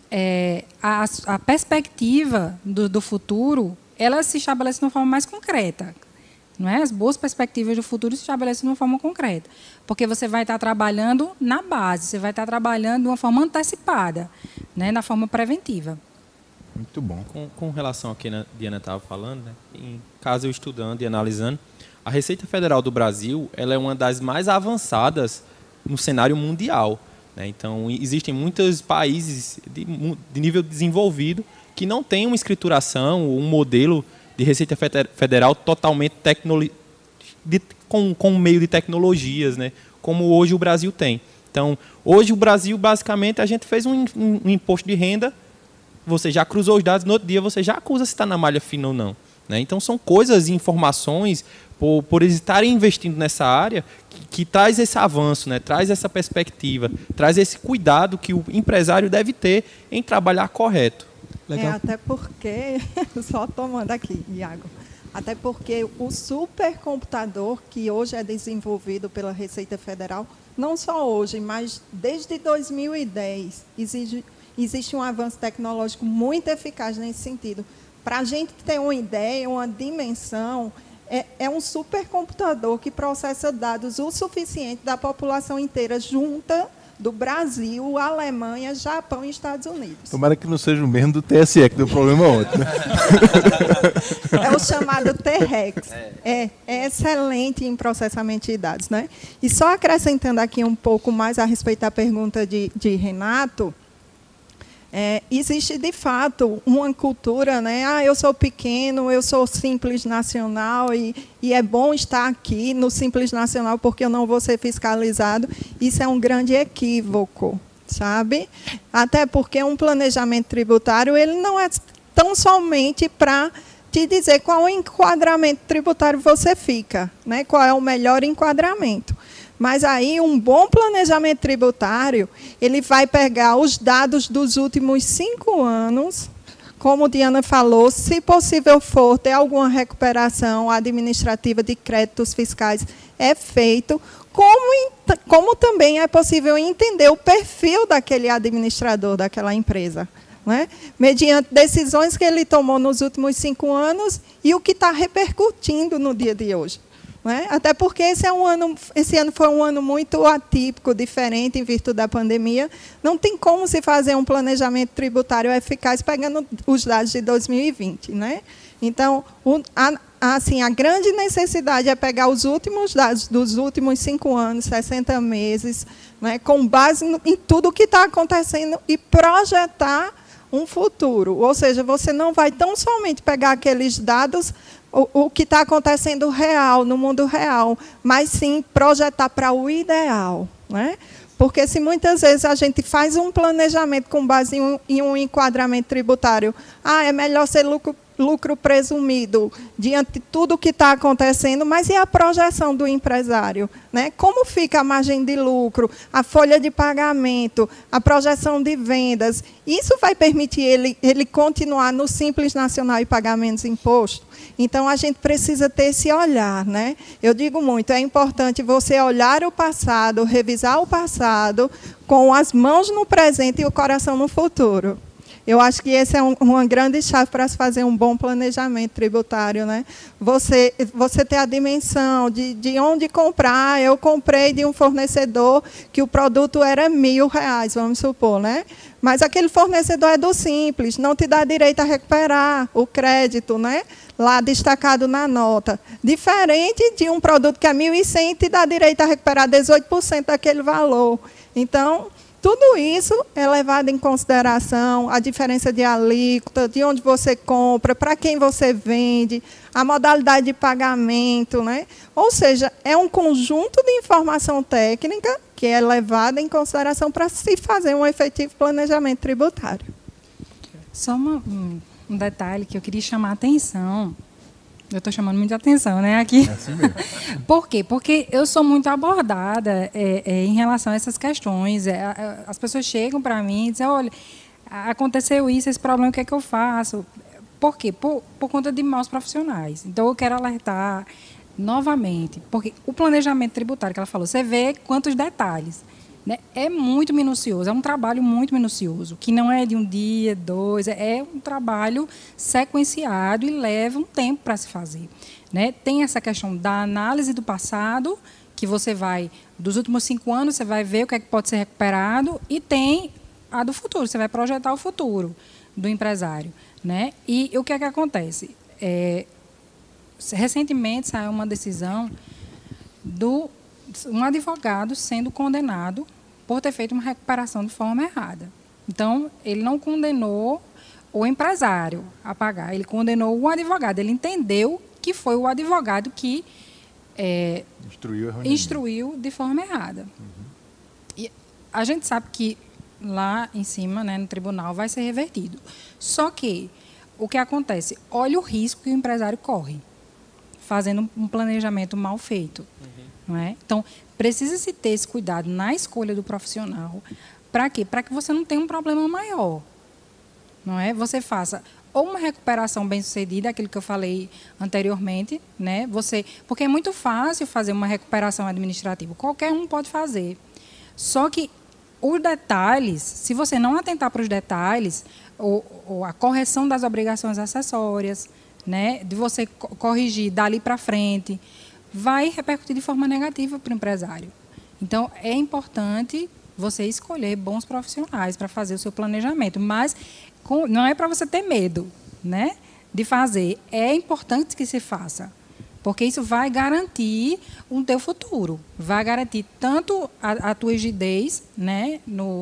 a perspectiva do futuro ela se estabeleça de uma forma mais concreta. Não é? As boas perspectivas do futuro se estabelecem de uma forma concreta. Porque você vai estar trabalhando na base, você vai estar trabalhando de uma forma antecipada, né? Na forma preventiva. Muito bom. Com relação ao que a Diana estava falando, né? Em caso eu estudando e analisando, a Receita Federal do Brasil ela é uma das mais avançadas no cenário mundial. Né? Então, existem muitos países de nível desenvolvido que não têm uma escrituração ou um modelo de Receita Federal totalmente com meio de tecnologias, né? Como hoje o Brasil tem. Então, hoje o Brasil, basicamente, a gente fez um imposto de renda, você já cruzou os dados, no outro dia você já acusa se está na malha fina ou não. Né? Então, são coisas e informações, por eles estarem investindo nessa área, que traz esse avanço, né? Traz essa perspectiva, traz esse cuidado que o empresário deve ter em trabalhar correto. Legal. Até porque, só tomando aqui, Iago, até porque o supercomputador que hoje é desenvolvido pela Receita Federal, não só hoje, mas desde 2010, existe um avanço tecnológico muito eficaz nesse sentido. Para a gente ter uma ideia, uma dimensão, é um supercomputador que processa dados o suficiente da população inteira junta do Brasil, Alemanha, Japão e Estados Unidos. Tomara que não seja o mesmo do TSE, que deu problema ontem, né? É o chamado T-Rex. É excelente em processamento de dados, né? E só acrescentando aqui um pouco mais a respeito da pergunta de Renato, existe, de fato, uma cultura, né? Eu sou pequeno, eu sou Simples Nacional e é bom estar aqui no Simples Nacional porque eu não vou ser fiscalizado. Isso é um grande equívoco, sabe? Até porque um planejamento tributário ele não é tão somente para te dizer qual enquadramento tributário você fica, né? Qual é o melhor enquadramento. Mas aí um bom planejamento tributário, ele vai pegar os dados dos últimos 5 anos, como Diana falou, se possível for ter alguma recuperação administrativa de créditos fiscais, é feito, como também é possível entender o perfil daquele administrador, daquela empresa, né? Mediante decisões que ele tomou nos últimos 5 anos e o que está repercutindo no dia de hoje. Né? Até porque esse ano foi um ano muito atípico, diferente em virtude da pandemia. Não tem como se fazer um planejamento tributário eficaz pegando os dados de 2020. Né? Então, a grande necessidade é pegar os últimos dados dos últimos 5 anos, 60 meses, né, com base em tudo o que está acontecendo e projetar um futuro. Ou seja, você não vai tão somente pegar aqueles dados, o que está acontecendo real, no mundo real, mas sim projetar para o ideal. Né? Porque se muitas vezes a gente faz um planejamento com base em um enquadramento tributário, é melhor ser lucro presumido diante de tudo o que está acontecendo, mas e a projeção do empresário? Né? Como fica a margem de lucro, a folha de pagamento, a projeção de vendas? Isso vai permitir ele continuar no Simples Nacional e pagar menos imposto? Então, a gente precisa ter esse olhar. Né? Eu digo muito, é importante você olhar o passado, revisar o passado, com as mãos no presente e o coração no futuro. Eu acho que esse é uma grande chave para se fazer um bom planejamento tributário. Né? Você ter a dimensão de onde comprar. Eu comprei de um fornecedor que o produto era R$1.000, vamos supor. Né? Mas aquele fornecedor é do Simples, não te dá direito a recuperar o crédito, né? Lá destacado na nota. Diferente de um produto que é R$1.100 te dá direito a recuperar 18% daquele valor. Então, tudo isso é levado em consideração, a diferença de alíquota, de onde você compra, para quem você vende, a modalidade de pagamento. Né? Ou seja, é um conjunto de informação técnica que é levada em consideração para se fazer um efetivo planejamento tributário. Só um detalhe que eu queria chamar a atenção. Eu estou chamando muita atenção, né, aqui. É assim mesmo. Por quê? Porque eu sou muito abordada em relação a essas questões. As pessoas chegam para mim e dizem, olha, aconteceu isso, esse problema, o que é que eu faço? Por quê? Por conta de maus profissionais. Então, eu quero alertar novamente, porque o planejamento tributário que ela falou, você vê quantos detalhes. Né? É muito minucioso, é um trabalho muito minucioso, que não é de um dia, 2, é um trabalho sequenciado e leva um tempo para se fazer. Né? Tem essa questão da análise do passado, que você vai, dos últimos 5 anos, você vai ver o que é que pode ser recuperado, e tem a do futuro, você vai projetar o futuro do empresário. Né? E o que é que acontece? Recentemente saiu uma decisão um advogado sendo condenado por ter feito uma recuperação de forma errada. Então, ele não condenou o empresário a pagar, ele condenou o advogado. Ele entendeu que foi o advogado que instruiu de forma errada. Uhum. E a gente sabe que lá em cima, né, no tribunal, vai ser revertido. Só que o que acontece? Olha o risco que o empresário corre fazendo um planejamento mal feito. Uhum. Não é? Então, precisa-se ter esse cuidado na escolha do profissional. Para quê? Para que você não tenha um problema maior. Não é? Você faça ou uma recuperação bem-sucedida, aquilo que eu falei anteriormente, né? Porque é muito fácil fazer uma recuperação administrativa. Qualquer um pode fazer. Só que os detalhes, se você não atentar para os detalhes, ou a correção das obrigações acessórias, né? De você corrigir dali para frente, vai repercutir de forma negativa para o empresário. Então, é importante você escolher bons profissionais para fazer o seu planejamento. Mas não é para você ter medo, né, de fazer. É importante que se faça, porque isso vai garantir o teu futuro. Vai garantir tanto a tua rigidez, né,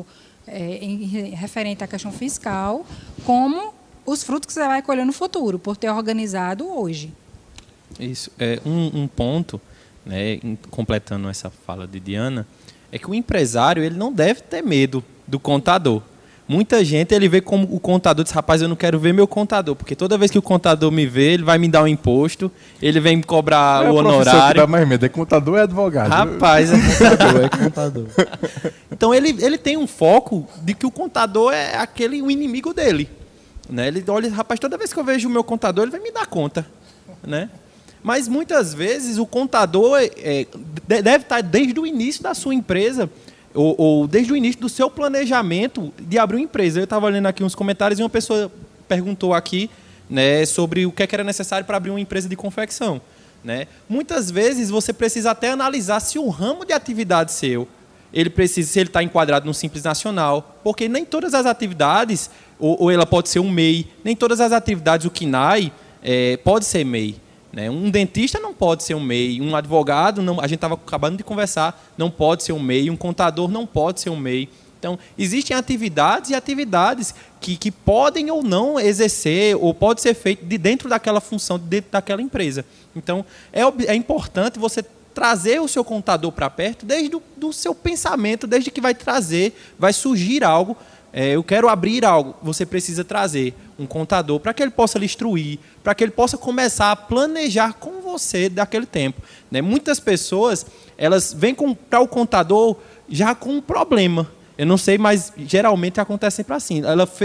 referente à questão fiscal, como os frutos que você vai colher no futuro, por ter organizado hoje. Isso. Um ponto, né, completando essa fala de Diana, é que o empresário ele não deve ter medo do contador. Muita gente ele vê como o contador, diz, rapaz, eu não quero ver meu contador, porque toda vez que o contador me vê, ele vai me dar um imposto, ele vem me cobrar o honorário. Que dá mais medo, é contador ou é advogado? Rapaz, É contador. Então ele tem um foco de que o contador é o inimigo dele. Né? Ele olha, rapaz, toda vez que eu vejo o meu contador, ele vai me dar conta. Né? Mas muitas vezes o contador deve estar desde o início da sua empresa, ou desde o início do seu planejamento de abrir uma empresa. Eu estava lendo aqui uns comentários e uma pessoa perguntou aqui, né, sobre o que era necessário para abrir uma empresa de confecção. Né? Muitas vezes você precisa até analisar se o ramo de atividade seu, se ele está enquadrado no Simples Nacional, porque nem todas as atividades, ou ela pode ser um MEI, nem todas as atividades, o CNAE, pode ser MEI. Né? Um dentista não pode ser um MEI, um advogado, a gente estava acabando de conversar, não pode ser um MEI, um contador não pode ser um MEI. Então, existem atividades e atividades que podem ou não exercer, ou pode ser feito de dentro daquela função, dentro daquela empresa. Então, é importante você trazer o seu contador para perto desde do seu pensamento, desde que vai surgir algo. Eu quero abrir algo, você precisa trazer um contador para que ele possa lhe instruir, para que ele possa começar a planejar com você daquele tempo. Né? Muitas pessoas elas vêm para o contador já com um problema. Eu não sei, mas geralmente acontece sempre assim.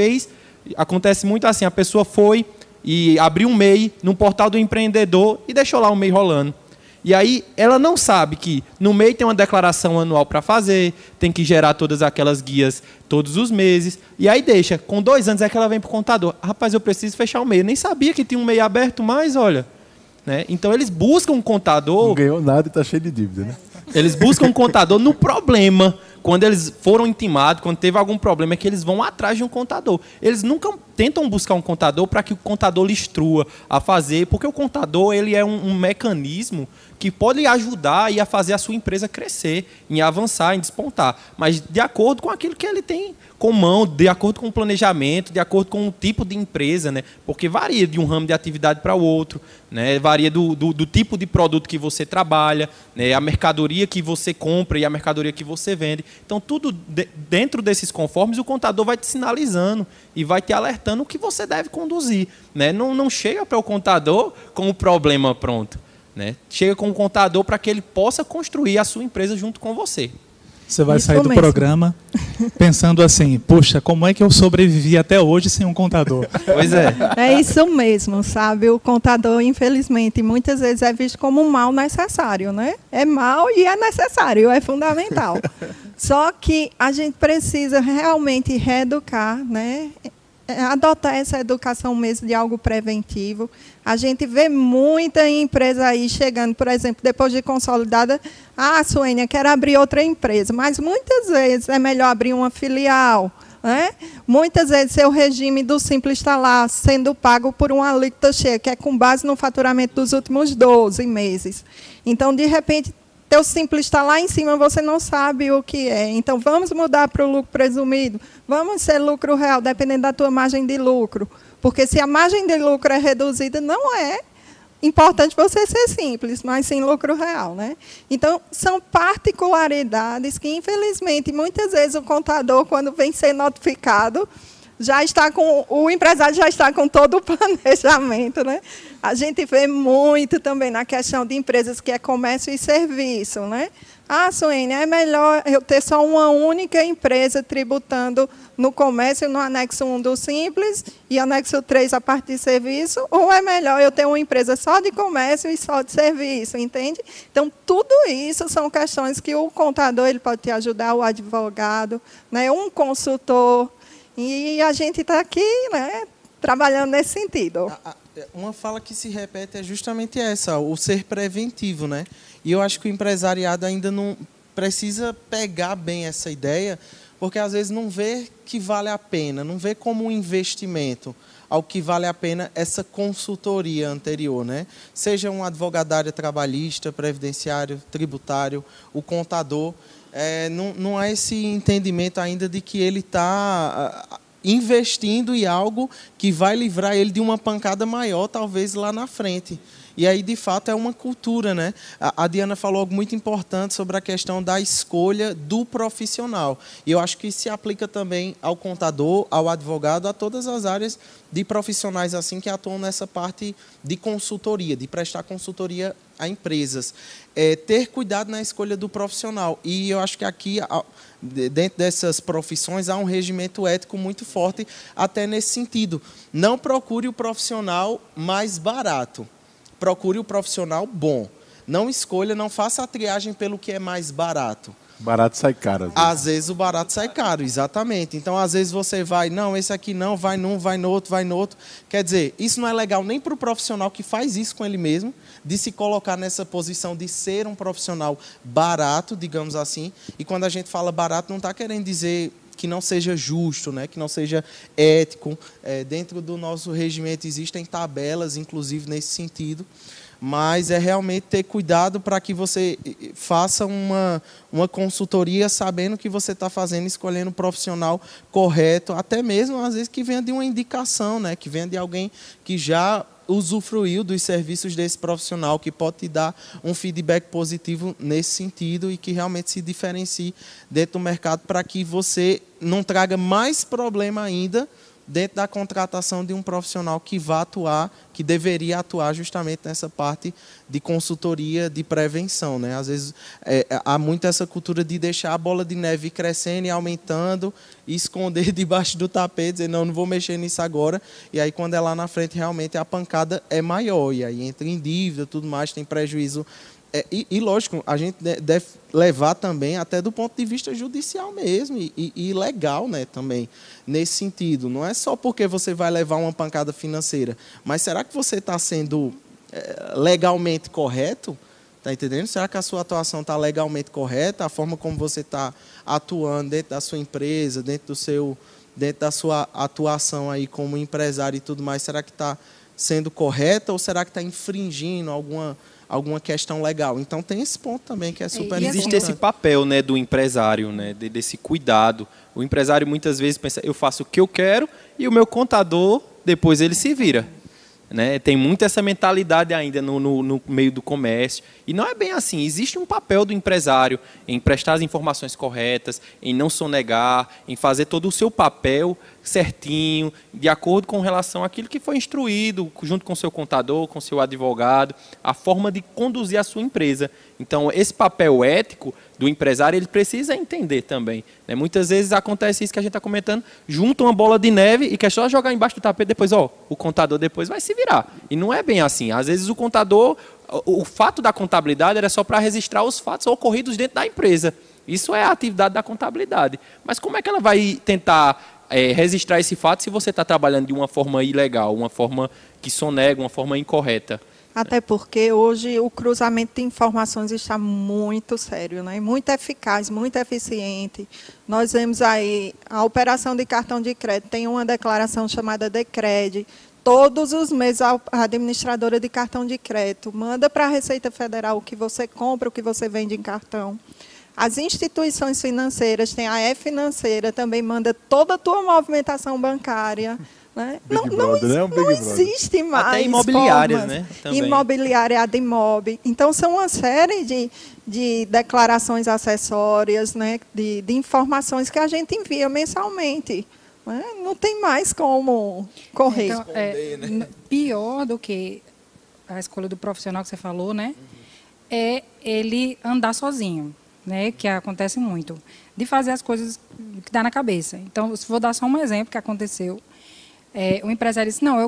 Acontece muito assim, a pessoa foi e abriu um MEI no portal do empreendedor e deixou lá o MEI rolando. E aí ela não sabe que no MEI tem uma declaração anual para fazer, tem que gerar todas aquelas guias todos os meses. E aí deixa, com 2 anos é que ela vem para o contador. Rapaz, eu preciso fechar o MEI. Eu nem sabia que tinha um MEI aberto, mas olha. Né? Então eles buscam um contador... Não ganhou nada e está cheio de dívida, né? Eles buscam um contador no problema. Quando eles foram intimados, quando teve algum problema, é que eles vão atrás de um contador. Eles nunca tentam buscar um contador para que o contador lhe instrua a fazer, porque o contador ele é um mecanismo que pode ajudar a fazer a sua empresa crescer, em avançar, em despontar. Mas de acordo com aquilo que ele tem com mão, de acordo com o planejamento, de acordo com o tipo de empresa, né? Porque varia de um ramo de atividade para o outro, né? Varia do tipo de produto que você trabalha, né? A mercadoria que você compra e a mercadoria que você vende. Então, tudo dentro desses conformes, o contador vai te sinalizando e vai te alertando o que você deve conduzir. Né? Não chega para o contador com o problema pronto. Né? Chega com o contador para que ele possa construir a sua empresa junto com você. Você vai sair do programa pensando assim, poxa, como é que eu sobrevivi até hoje sem um contador? Pois é. É isso mesmo, sabe? O contador, infelizmente, muitas vezes é visto como um mal necessário, né? É mal e é necessário, é fundamental. Só que a gente precisa realmente reeducar, né? Adotar essa educação mesmo de algo preventivo. A gente vê muita empresa aí chegando, por exemplo, depois de consolidada, Suênia, quero abrir outra empresa, mas muitas vezes é melhor abrir uma filial. Né? Muitas vezes seu regime do Simples está lá sendo pago por uma alíquota cheia, que é com base no faturamento dos últimos 12 meses. Então, de repente, teu Simples está lá em cima, você não sabe o que é. Então, vamos mudar para o lucro presumido. Vamos ser lucro real, dependendo da tua margem de lucro. Porque se a margem de lucro é reduzida, não é importante você ser simples, mas sim lucro real. Né? Então, são particularidades que, infelizmente, muitas vezes o contador, quando vem ser notificado, o empresário já está com todo o planejamento. Né? A gente vê muito também na questão de empresas que é comércio e serviço. Né? Suênia, é melhor eu ter só uma única empresa tributando no comércio, no anexo 1 do Simples e anexo 3 a parte de serviço, ou é melhor eu ter uma empresa só de comércio e só de serviço, entende? Então, tudo isso são questões que o contador ele pode te ajudar, o advogado, né, um consultor, e a gente está aqui, né, trabalhando nesse sentido. Uma fala que se repete é justamente essa, o ser preventivo, né? E eu acho que o empresariado ainda não, precisa pegar bem essa ideia, porque às vezes não vê que vale a pena, não vê como um investimento ao que vale a pena essa consultoria anterior, né? Seja um advogado da área trabalhista, previdenciário, tributário, o contador, não há esse entendimento ainda de que ele está investindo em algo que vai livrar ele de uma pancada maior, talvez lá na frente. E aí, de fato, é uma cultura, né? A Diana falou algo muito importante sobre a questão da escolha do profissional. E eu acho que isso se aplica também ao contador, ao advogado, a todas as áreas de profissionais assim que atuam nessa parte de consultoria, de prestar consultoria a empresas. Ter cuidado na escolha do profissional. E eu acho que aqui, dentro dessas profissões, há um regimento ético muito forte até nesse sentido. Não procure o profissional mais barato. Procure o profissional bom. Não escolha, não faça a triagem pelo que é mais barato. Barato sai caro. Às vezes o barato sai caro, exatamente. Então, às vezes você vai, não, esse aqui não, vai num, vai no outro, vai no outro. Quer dizer, isso não é legal nem para o profissional que faz isso com ele mesmo, de se colocar nessa posição de ser um profissional barato, digamos assim. E quando a gente fala barato, não está querendo dizer que não seja justo, né? Que não seja ético. Dentro do nosso regimento existem tabelas, inclusive, nesse sentido. Mas é realmente ter cuidado para que você faça uma consultoria sabendo que você está fazendo, escolhendo um profissional correto, até mesmo, às vezes, que venha de uma indicação, né? Que venha de alguém que já usufruiu dos serviços desse profissional, que pode te dar um feedback positivo nesse sentido e que realmente se diferencie dentro do mercado para que você não traga mais problema ainda dentro da contratação de um profissional que vá atuar, que deveria atuar justamente nessa parte de consultoria, de prevenção, né? Às vezes há muito essa cultura de deixar a bola de neve crescendo e aumentando e esconder debaixo do tapete, dizer, não vou mexer nisso agora, e aí quando é lá na frente realmente a pancada é maior, e aí entra em dívida, tudo mais, tem prejuízo. E lógico, a gente deve levar também até do ponto de vista judicial mesmo e legal, né, também, nesse sentido. Não é só porque você vai levar uma pancada financeira, mas será que você está sendo legalmente correto? Está entendendo? Será que a sua atuação está legalmente correta? A forma como você está atuando dentro da sua empresa, dentro da sua atuação aí como empresário e tudo mais, será que está sendo correta ou será que está infringindo alguma questão legal? Então tem esse ponto também que é super importante. Existe esse papel, né, do empresário, né, desse cuidado. O empresário muitas vezes pensa, eu faço o que eu quero e o meu contador, depois ele se vira. Né? Tem muito essa mentalidade ainda no meio do comércio. E não é bem assim. Existe um papel do empresário em prestar as informações corretas, em não sonegar, em fazer todo o seu papel certinho, de acordo com relação àquilo que foi instruído, junto com o seu contador, com o seu advogado, a forma de conduzir a sua empresa. Então, esse papel ético do empresário, ele precisa entender também. Né? Muitas vezes acontece isso que a gente está comentando, junta uma bola de neve e quer só jogar embaixo do tapete, depois, o contador depois vai se virar. E não é bem assim. Às vezes o contador, o fato da contabilidade era só para registrar os fatos ocorridos dentro da empresa. Isso é a atividade da contabilidade. Mas como é que ela vai tentar registrar esse fato se você está trabalhando de uma forma ilegal, uma forma que sonega, uma forma incorreta? Até porque hoje o cruzamento de informações está muito sério, né? Muito eficaz, muito eficiente. Nós vemos aí a operação de cartão de crédito, tem uma declaração chamada Decred. Todos os meses a administradora de cartão de crédito manda para a Receita Federal o que você compra, o que você vende em cartão. As instituições financeiras, tem a E-Financeira, também manda toda a tua movimentação bancária. Né? Não existe mais. Até imobiliárias, formas. Né? Também. Imobiliária, Admob. Então, são uma série de declarações acessórias, né? de informações que a gente envia mensalmente. Né? Não tem mais como correr. Então, pior do que a escolha do profissional que você falou, né? É ele andar sozinho. Né, que acontece muito, de fazer as coisas que dá na cabeça. Então, vou dar só um exemplo que aconteceu. O empresário disse, não,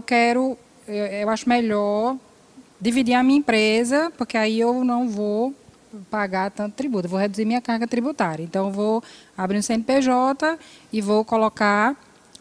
eu acho melhor dividir a minha empresa, porque aí eu não vou pagar tanto tributo, eu vou reduzir minha carga tributária. Então, eu vou abrir um CNPJ e vou colocar,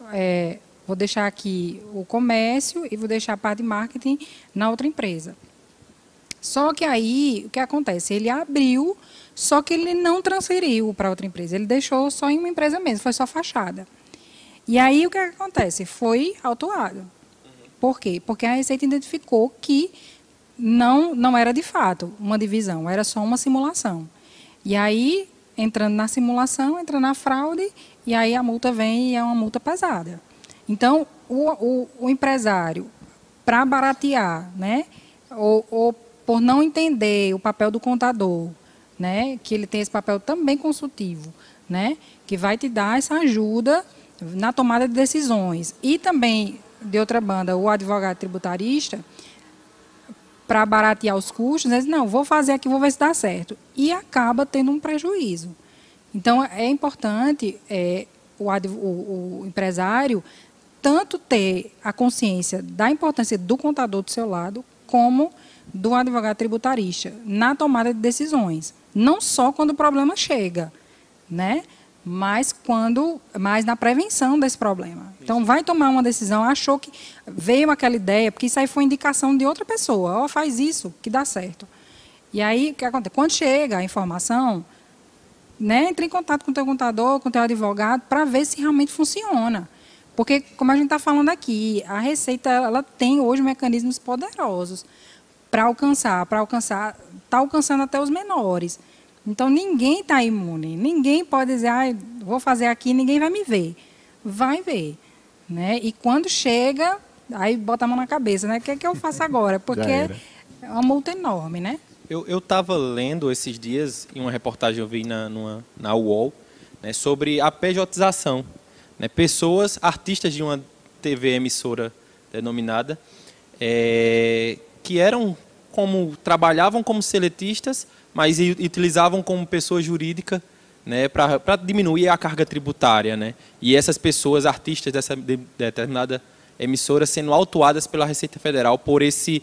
vou deixar aqui o comércio e vou deixar a parte de marketing na outra empresa. Só que aí, o que acontece? Ele abriu, só que ele não transferiu para outra empresa. Ele deixou só em uma empresa mesmo, foi só fachada. E aí, o que acontece? Foi autuado. Por quê? Porque a Receita identificou que não era de fato uma divisão, era só uma simulação. E aí, entrando na simulação, entra na fraude, e aí a multa vem e é uma multa pesada. Então, o empresário, para baratear, né, ou por não entender o papel do contador, né, que ele tem esse papel também consultivo, né, que vai te dar essa ajuda na tomada de decisões. E também, de outra banda, o advogado tributarista, para baratear os custos, diz, não, vou fazer aqui, vou ver se dá certo. E acaba tendo um prejuízo. Então, é importante o empresário tanto ter a consciência da importância do contador do seu lado, como do advogado tributarista na tomada de decisões. Não só quando o problema chega, né? mas na prevenção desse problema. Então, vai tomar uma decisão, achou que veio aquela ideia, porque isso aí foi indicação de outra pessoa. Ó, faz isso, que dá certo. E aí, o que acontece? Quando chega a informação, né, entre em contato com o teu contador, com o teu advogado, para ver se realmente funciona. Porque, como a gente está falando aqui, a Receita ela tem hoje mecanismos poderosos para alcançar, está alcançando até os menores. Então, ninguém está imune. Ninguém pode dizer, vou fazer aqui, ninguém vai me ver. Vai ver. Né? E quando chega, aí bota a mão na cabeça, né? O que é que eu faço agora? Porque é uma multa enorme, né? Eu estava lendo esses dias, em uma reportagem eu vi na UOL, né, sobre a pejotização. Né, pessoas, artistas de uma TV emissora denominada, que trabalhavam como seletistas, mas utilizavam como pessoa jurídica, né, para diminuir a carga tributária. Né? E essas pessoas, artistas dessa determinada emissora, sendo autuadas pela Receita Federal por esse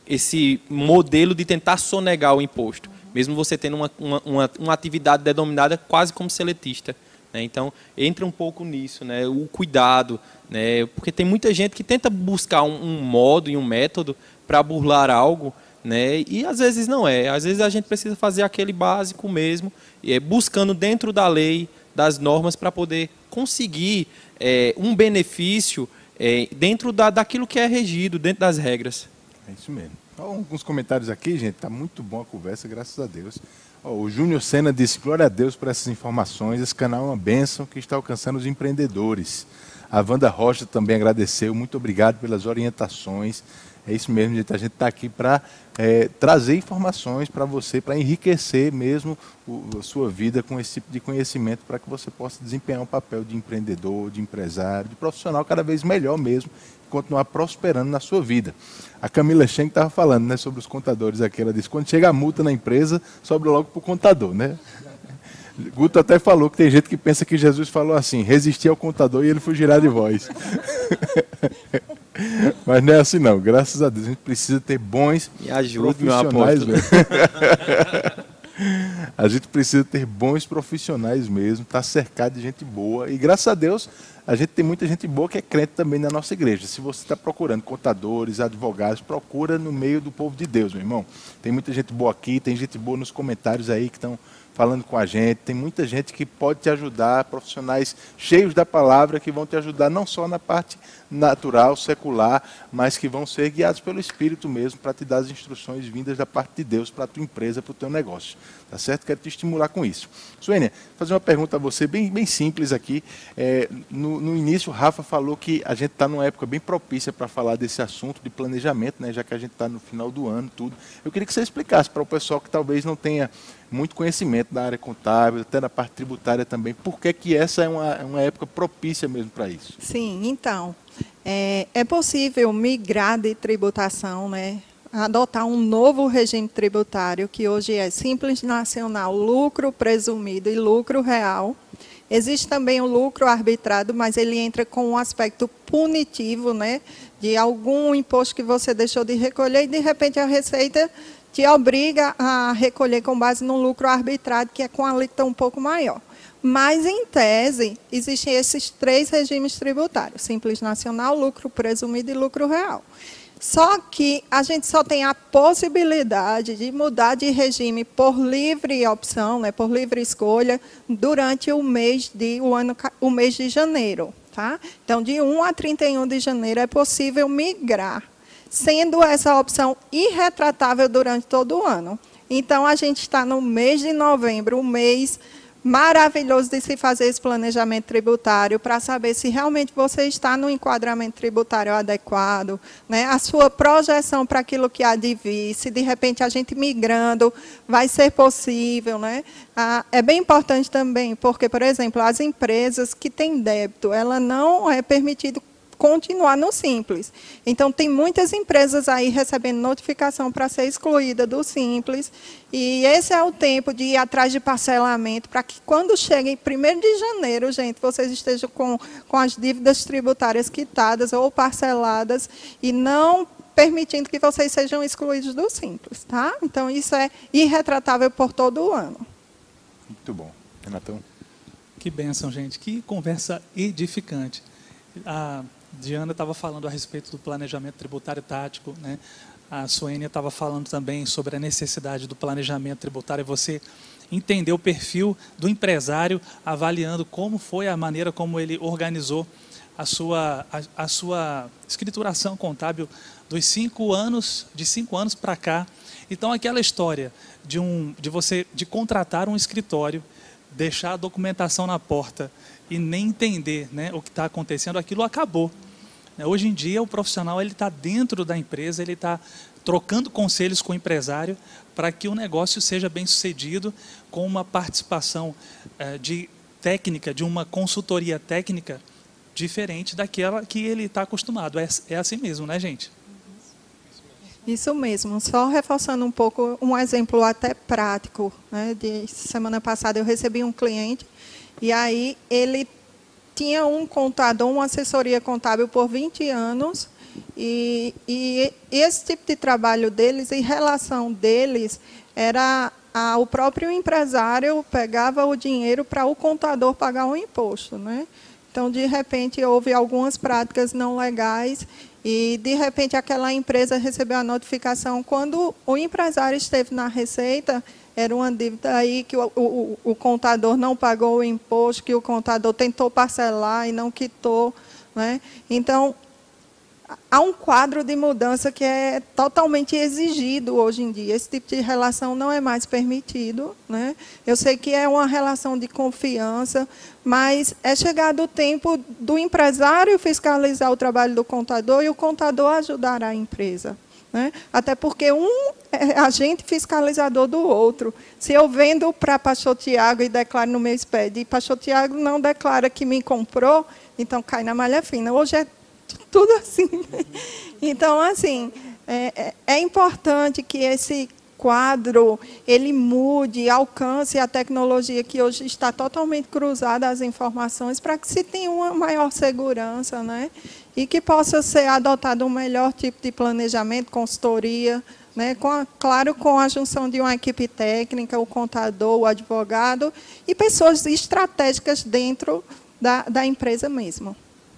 modelo de tentar sonegar o imposto, mesmo você tendo uma atividade denominada quase como seletista. Né? Então, entra um pouco nisso, né? O cuidado, né? Porque tem muita gente que tenta buscar um modo e um método para burlar algo, né? E às vezes não é. Às vezes a gente precisa fazer aquele básico mesmo, buscando dentro da lei, das normas, para poder conseguir um benefício dentro daquilo que é regido, dentro das regras. É isso mesmo. Alguns comentários aqui, gente. Está muito bom a conversa, graças a Deus. O Júnior Sena disse, glória a Deus por essas informações. Esse canal é uma bênção que está alcançando os empreendedores. A Wanda Rocha também agradeceu. Muito obrigado pelas orientações. É isso mesmo, gente. A gente está aqui para trazer informações para você, para enriquecer mesmo a sua vida com esse tipo de conhecimento, para que você possa desempenhar um papel de empreendedor, de empresário, de profissional cada vez melhor mesmo, e continuar prosperando na sua vida. A Camila Schenck estava falando, né, sobre os contadores aqui. Ela disse, quando chega a multa na empresa, sobra logo para o contador, né? Guto até falou que tem gente que pensa que Jesus falou assim, resistir ao contador e ele fugirá de vós. Mas não é assim não, graças a Deus. A gente precisa ter bons profissionais mesmo. A gente precisa ter bons profissionais mesmo, estar cercado de gente boa. E graças a Deus, a gente tem muita gente boa que é crente também na nossa igreja. Se você está procurando contadores, advogados, procura no meio do povo de Deus, meu irmão. Tem muita gente boa aqui, tem gente boa nos comentários aí que estão falando com a gente. Tem muita gente que pode te ajudar, profissionais cheios da palavra que vão te ajudar não só na parte natural, secular, mas que vão ser guiados pelo Espírito mesmo para te dar as instruções vindas da parte de Deus para a tua empresa, para o teu negócio. Tá certo? Quero te estimular com isso. Suênia, vou fazer uma pergunta a você bem simples aqui. No início, o Rafa falou que a gente está numa época bem propícia para falar desse assunto de planejamento, né, já que a gente está no final do ano, tudo. Eu queria que você explicasse para o pessoal que talvez não tenha muito conhecimento da área contábil, até na parte tributária também, por que essa é uma época propícia mesmo para isso? Sim, então, é possível migrar de tributação, né, adotar um novo regime tributário, que hoje é Simples Nacional, lucro presumido e lucro real. Existe também o lucro arbitrado, mas ele entra com um aspecto punitivo, né, de algum imposto que você deixou de recolher e, de repente, a Receita te obriga a recolher com base no lucro arbitrado, que é com a alíquota um pouco maior. Mas, em tese, existem esses três regimes tributários, Simples Nacional, lucro presumido e lucro real. Só que a gente só tem a possibilidade de mudar de regime por livre opção, né, por livre escolha, durante o mês de janeiro. Tá? Então, de 1 a 31 de janeiro é possível migrar, sendo essa opção irretratável durante todo o ano. Então, a gente está no mês de novembro, um mês maravilhoso de se fazer esse planejamento tributário para saber se realmente você está no enquadramento tributário adequado, né? A sua projeção para aquilo que há de vir, se de repente a gente migrando vai ser possível, né? É bem importante também, porque, por exemplo, as empresas que têm débito, ela não é permitido continuar no Simples. Então, tem muitas empresas aí recebendo notificação para ser excluída do Simples, e esse é o tempo de ir atrás de parcelamento, para que quando chegue em 1º de janeiro, gente, vocês estejam com as dívidas tributárias quitadas ou parceladas, e não permitindo que vocês sejam excluídos do Simples. Tá? Então, isso é irretratável por todo o ano. Muito bom. Renatão? Que bênção, gente. Que conversa edificante. A Diana estava falando a respeito do planejamento tributário tático, né? A Suênia estava falando também sobre a necessidade do planejamento tributário. Você entender o perfil do empresário, avaliando como foi a maneira como ele organizou a sua escrituração contábil dos 5 anos, de 5 anos para cá. Então, aquela história de contratar um escritório, deixar a documentação na porta e nem entender, né, o que está acontecendo, aquilo acabou. Hoje em dia, o profissional está dentro da empresa, ele está trocando conselhos com o empresário para que o negócio seja bem sucedido, com uma participação de técnica, de uma consultoria técnica diferente daquela que ele está acostumado. É assim mesmo, né, gente? Isso mesmo. Só reforçando um pouco, um exemplo até prático, né? De semana passada eu recebi um cliente, e aí ele tinha um contador, uma assessoria contábil por 20 anos, e esse tipo de trabalho deles, em relação deles, era o próprio empresário pegava o dinheiro para o contador pagar um imposto, né? Então, de repente, houve algumas práticas não legais e, de repente, aquela empresa recebeu a notificação quando o empresário esteve na Receita. Era uma dívida aí que o contador não pagou o imposto, que o contador tentou parcelar e não quitou, né? Então, há um quadro de mudança que é totalmente exigido hoje em dia. Esse tipo de relação não é mais permitido, né? Eu sei que é uma relação de confiança, mas é chegado o tempo do empresário fiscalizar o trabalho do contador e o contador ajudar a empresa, né? Até porque um é agente fiscalizador do outro. Se eu vendo para pastor Tiago e declaro no meu SPED, e pastor Tiago não declara que me comprou, então cai na malha fina. Hoje é tudo assim. Então, assim, é importante que esse quadro ele mude, alcance a tecnologia que hoje está totalmente cruzada às informações, para que se tenha uma maior segurança, né? E que possa ser adotado um melhor tipo de planejamento, consultoria, né? Claro, com a junção de uma equipe técnica, o contador, o advogado e pessoas estratégicas dentro da empresa mesmo.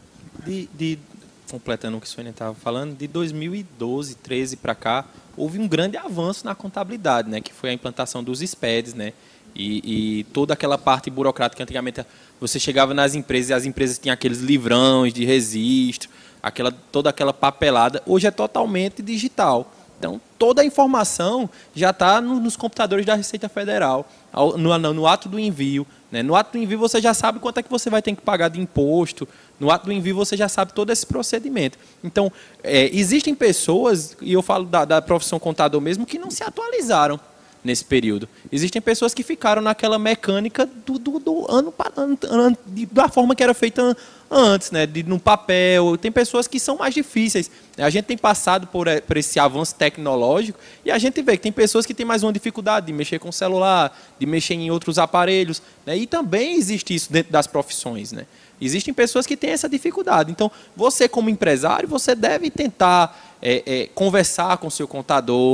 Completando o que a Suênia estava falando, de 2012, 13 para cá, houve um grande avanço na contabilidade, né, que foi a implantação dos SPEDs, né, e toda aquela parte burocrática que antigamente você chegava nas empresas e as empresas tinham aqueles livrões de registro, toda aquela papelada. Hoje é totalmente digital. Então, toda a informação já está nos computadores da Receita Federal, no ato do envio. Né? No ato do envio, você já sabe quanto é que você vai ter que pagar de imposto. No ato do envio, você já sabe todo esse procedimento. Então, existem pessoas, e eu falo da profissão contador mesmo, que não se atualizaram nesse período. Existem pessoas que ficaram naquela mecânica do ano para ano, da forma que era feita antes, né? No papel. Tem pessoas que são mais difíceis. A gente tem passado por esse avanço tecnológico e a gente vê que tem pessoas que têm mais uma dificuldade de mexer com o celular, de mexer em outros aparelhos, né? E também existe isso dentro das profissões, né? Existem pessoas que têm essa dificuldade. Então, você como empresário, você deve tentar conversar com o seu contador,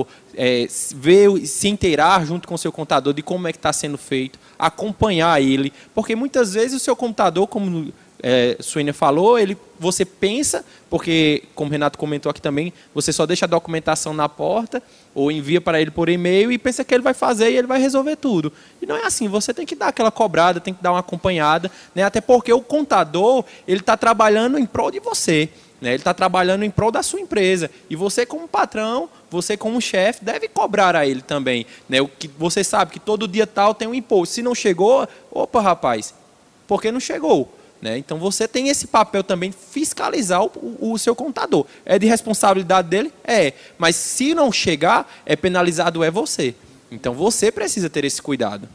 se inteirar junto com o seu contador de como é que está sendo feito, acompanhar ele, porque muitas vezes o seu contador, como Suênia falou, você pensa, porque, como o Renato comentou aqui também, você só deixa a documentação na porta ou envia para ele por e-mail e pensa que ele vai fazer e ele vai resolver tudo. E não é assim, você tem que dar aquela cobrada, tem que dar uma acompanhada, né? Até porque o contador ele está trabalhando em prol de você, né? Ele está trabalhando em prol da sua empresa. E você, como patrão, você, como chefe, deve cobrar a ele também, né? O que você sabe que todo dia tal tem um imposto. Se não chegou, opa, rapaz, por que não chegou? Né? Então você tem esse papel também, fiscalizar o seu contador. É de responsabilidade dele? É. Mas se não chegar, penalizado você. Então você precisa ter esse cuidado.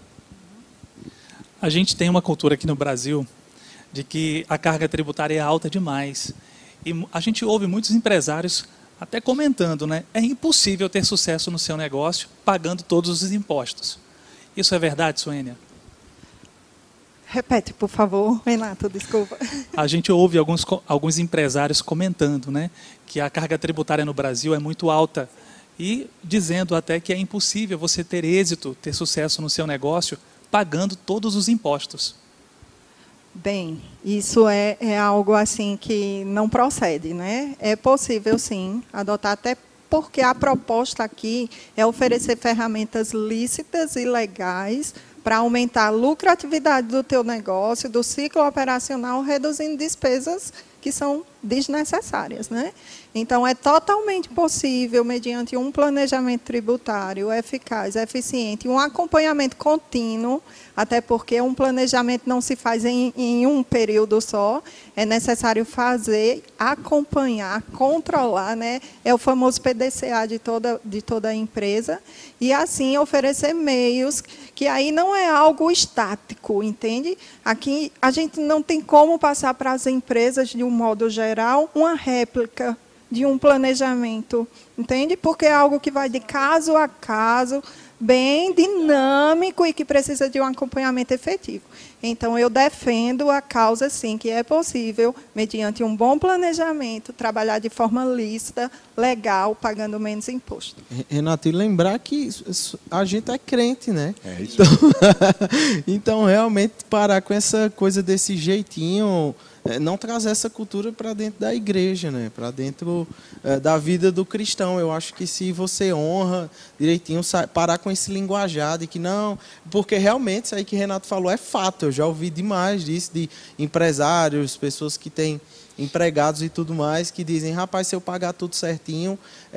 A gente tem uma cultura aqui no Brasil de que a carga tributária é alta demais. E a gente ouve muitos empresários até comentando, né? É impossível ter sucesso no seu negócio pagando todos os impostos. Isso é verdade, Suênia? Repete, por favor, Renato, desculpa. A gente ouve alguns empresários comentando, né, que a carga tributária no Brasil é muito alta e dizendo até que é impossível você ter êxito, ter sucesso no seu negócio pagando todos os impostos. Bem, isso é algo assim que não procede, né? É possível, sim, adotar, até porque a proposta aqui é oferecer ferramentas lícitas e legais para aumentar a lucratividade do teu negócio, do ciclo operacional, reduzindo despesas que são desnecessárias, né? Então, é totalmente possível, mediante um planejamento tributário eficaz, eficiente, um acompanhamento contínuo, até porque um planejamento não se faz em um período só, é necessário fazer, acompanhar, controlar, né? É o famoso PDCA de toda a empresa, e assim oferecer meios, que aí não é algo estático, entende? Aqui a gente não tem como passar para as empresas, de um modo geral, uma réplica de um planejamento, entende? Porque é algo que vai de caso a caso, bem dinâmico e que precisa de um acompanhamento efetivo. Então, eu defendo a causa, sim, que é possível, mediante um bom planejamento, trabalhar de forma lícita, legal, pagando menos imposto. Renato, e lembrar que a gente é crente, né? É isso. Então, realmente, parar com essa coisa desse jeitinho, não trazer essa cultura para dentro da igreja, né? Para dentro da vida do cristão. Eu acho que se você honra direitinho, parar com esse linguajar de que não... Porque realmente, isso aí que o Renato falou é fato. Eu já ouvi demais disso, de empresários, pessoas que têm empregados e tudo mais, que dizem, rapaz, se eu pagar tudo certinho,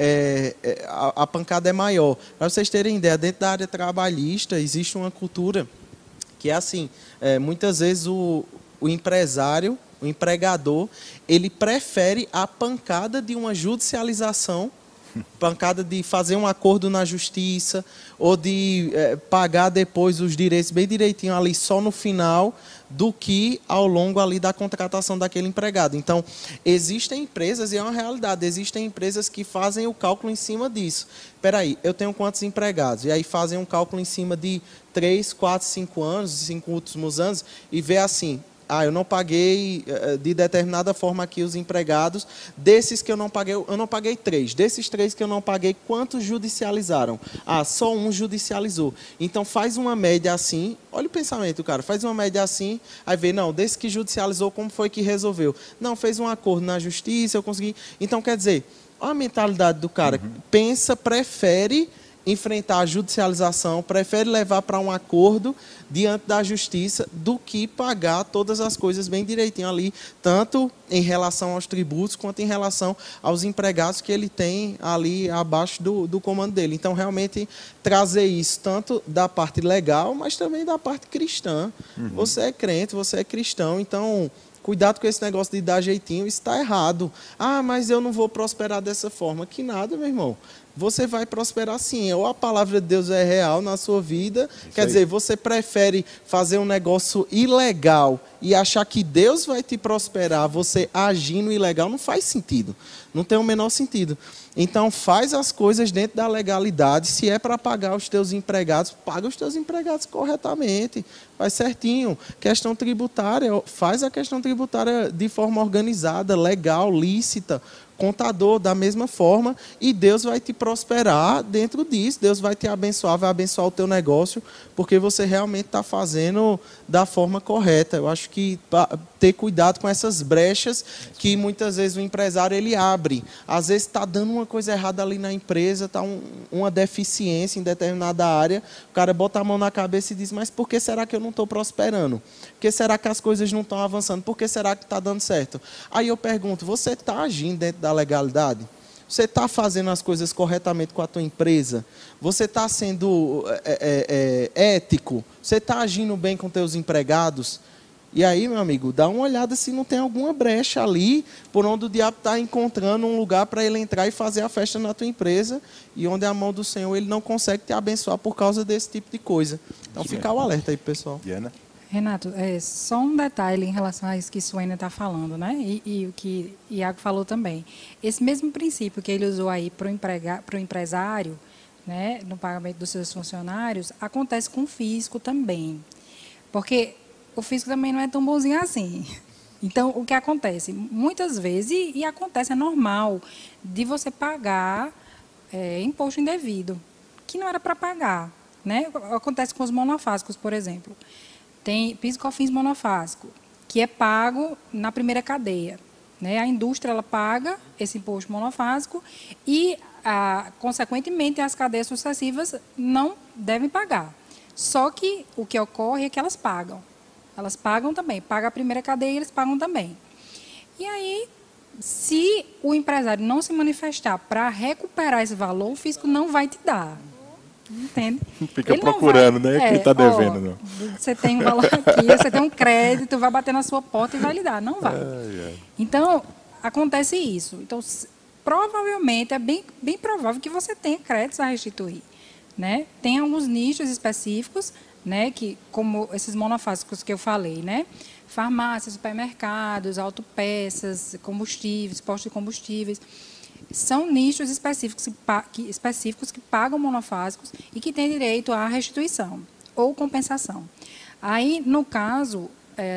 a pancada é maior. Para vocês terem ideia, dentro da área trabalhista, existe uma cultura que é assim, muitas vezes o empresário, o empregador, ele prefere a pancada de uma judicialização, pancada de fazer um acordo na justiça, ou de pagar depois os direitos bem direitinho ali só no final, do que ao longo ali da contratação daquele empregado. Então, existem empresas, e é uma realidade, existem empresas que fazem o cálculo em cima disso. Espera aí, eu tenho quantos empregados? E aí fazem um cálculo em cima de 3, 4, 5 anos, 5 últimos anos, e vê assim... eu não paguei de determinada forma aqui os empregados. Desses que eu não paguei 3. Desses 3 que eu não paguei, quantos judicializaram? Só um judicializou. Então, faz uma média assim. Olha o pensamento, cara. Faz uma média assim. Aí vê, não, desse que judicializou, como foi que resolveu? Não, fez um acordo na justiça, eu consegui. Então, quer dizer, olha a mentalidade do cara. Pensa, prefere enfrentar a judicialização, prefere levar para um acordo diante da justiça do que pagar todas as coisas bem direitinho ali, tanto em relação aos tributos quanto em relação aos empregados que ele tem ali abaixo do comando dele. Então, realmente, trazer isso tanto da parte legal, mas também da parte cristã. Você é crente, você é cristão, então... Cuidado com esse negócio de dar jeitinho, isso está errado. Mas eu não vou prosperar dessa forma. Que nada, meu irmão. Você vai prosperar sim. Ou a palavra de Deus é real na sua vida. Quer dizer, você prefere fazer um negócio ilegal e achar que Deus vai te prosperar, você agindo ilegal, não faz sentido. Não tem o menor sentido. Então, faz as coisas dentro da legalidade. Se é para pagar os teus empregados, paga os teus empregados corretamente. Faz certinho. Questão tributária, faz a questão tributária de forma organizada, legal, lícita, contador da mesma forma, e Deus vai te prosperar dentro disso, Deus vai te abençoar, vai abençoar o teu negócio, porque você realmente está fazendo da forma correta. Eu acho que ter cuidado com essas brechas que muitas vezes o empresário ele abre. Às vezes está dando uma coisa errada ali na empresa, está uma deficiência em determinada área, o cara bota a mão na cabeça e diz, mas por que será que eu não estou prosperando? Por que será que as coisas não estão avançando? Por que será que está dando certo? Aí eu pergunto, você está agindo dentro da legalidade? Você está fazendo as coisas corretamente com a tua empresa? Você está sendo ético? Você está agindo bem com teus empregados? E aí, meu amigo, dá uma olhada se não tem alguma brecha ali por onde o diabo está encontrando um lugar para ele entrar e fazer a festa na tua empresa e onde a mão do Senhor ele não consegue te abençoar por causa desse tipo de coisa. Então, fica o alerta aí, pessoal. Diana? Renato, só um detalhe em relação a isso que Suênia está falando, né? E o que Iago falou também. Esse mesmo princípio que ele usou aí para o empresário, né, no pagamento dos seus funcionários, acontece com o físico também. Porque o físico também não é tão bonzinho assim. Então, o que acontece? Muitas vezes, e acontece, é normal, de você pagar imposto indevido, que não era para pagar, né? Acontece com os monofásicos, por exemplo. Tem PIS e COFINS monofásico, que é pago na primeira cadeia, né? A indústria ela paga esse imposto monofásico e, consequentemente, as cadeias sucessivas não devem pagar. Só que o que ocorre é que elas pagam. Elas pagam também. Paga a primeira cadeia e eles pagam também. E aí, se o empresário não se manifestar para recuperar esse valor, o fisco não vai te dar. Entende? Fica ele procurando, né? Quem está devendo. Não. Você tem um valor aqui, você tem um crédito, vai bater na sua porta e vai lhe dar. Não vai. Então, acontece isso. Então, provavelmente, é bem provável que você tenha créditos a restituir. Né? Tem alguns nichos específicos, né, que, como esses monofásicos que eu falei, né? Farmácias, supermercados, autopeças, combustíveis, postos de combustíveis. São nichos específicos que pagam monofásicos e que têm direito à restituição ou compensação. Aí, no caso,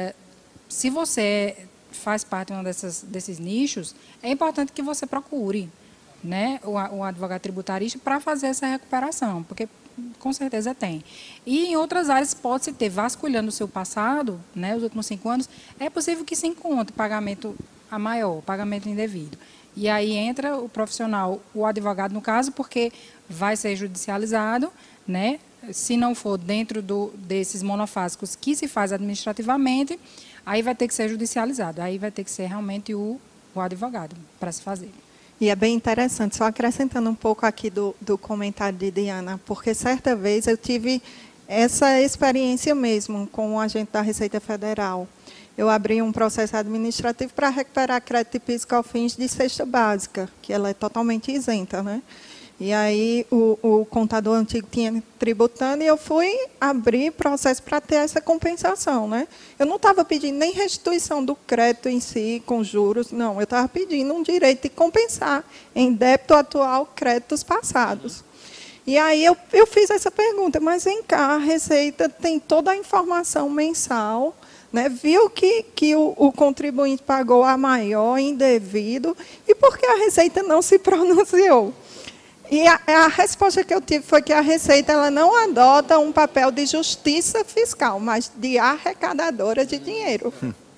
se você faz parte de desses nichos, é importante que você procure, né, o advogado tributarista para fazer essa recuperação, porque com certeza tem. E em outras áreas pode-se ter, vasculhando o seu passado, né, os últimos 5 anos, é possível que se encontre pagamento a maior, pagamento indevido. E aí entra o profissional, o advogado no caso, porque vai ser judicializado, né? Se não for dentro desses monofásicos que se faz administrativamente, aí vai ter que ser judicializado. Aí vai ter que ser realmente o advogado para se fazer. E é bem interessante, só acrescentando um pouco aqui do comentário de Diana, porque certa vez eu tive essa experiência mesmo com um agente da Receita Federal. Eu abri um processo administrativo para recuperar crédito de PIS e COFINS de cesta básica, que ela é totalmente isenta, né? E aí o contador antigo tinha tributando e eu fui abrir processo para ter essa compensação, né? Eu não estava pedindo nem restituição do crédito em si, com juros, não. Eu estava pedindo um direito de compensar em débito atual créditos passados. E aí eu fiz essa pergunta, mas vem cá, a Receita tem toda a informação mensal, né, viu que o contribuinte pagou a maior indevido, e por que a Receita não se pronunciou? E a resposta que eu tive foi que a Receita ela não adota um papel de justiça fiscal, mas de arrecadadora de dinheiro.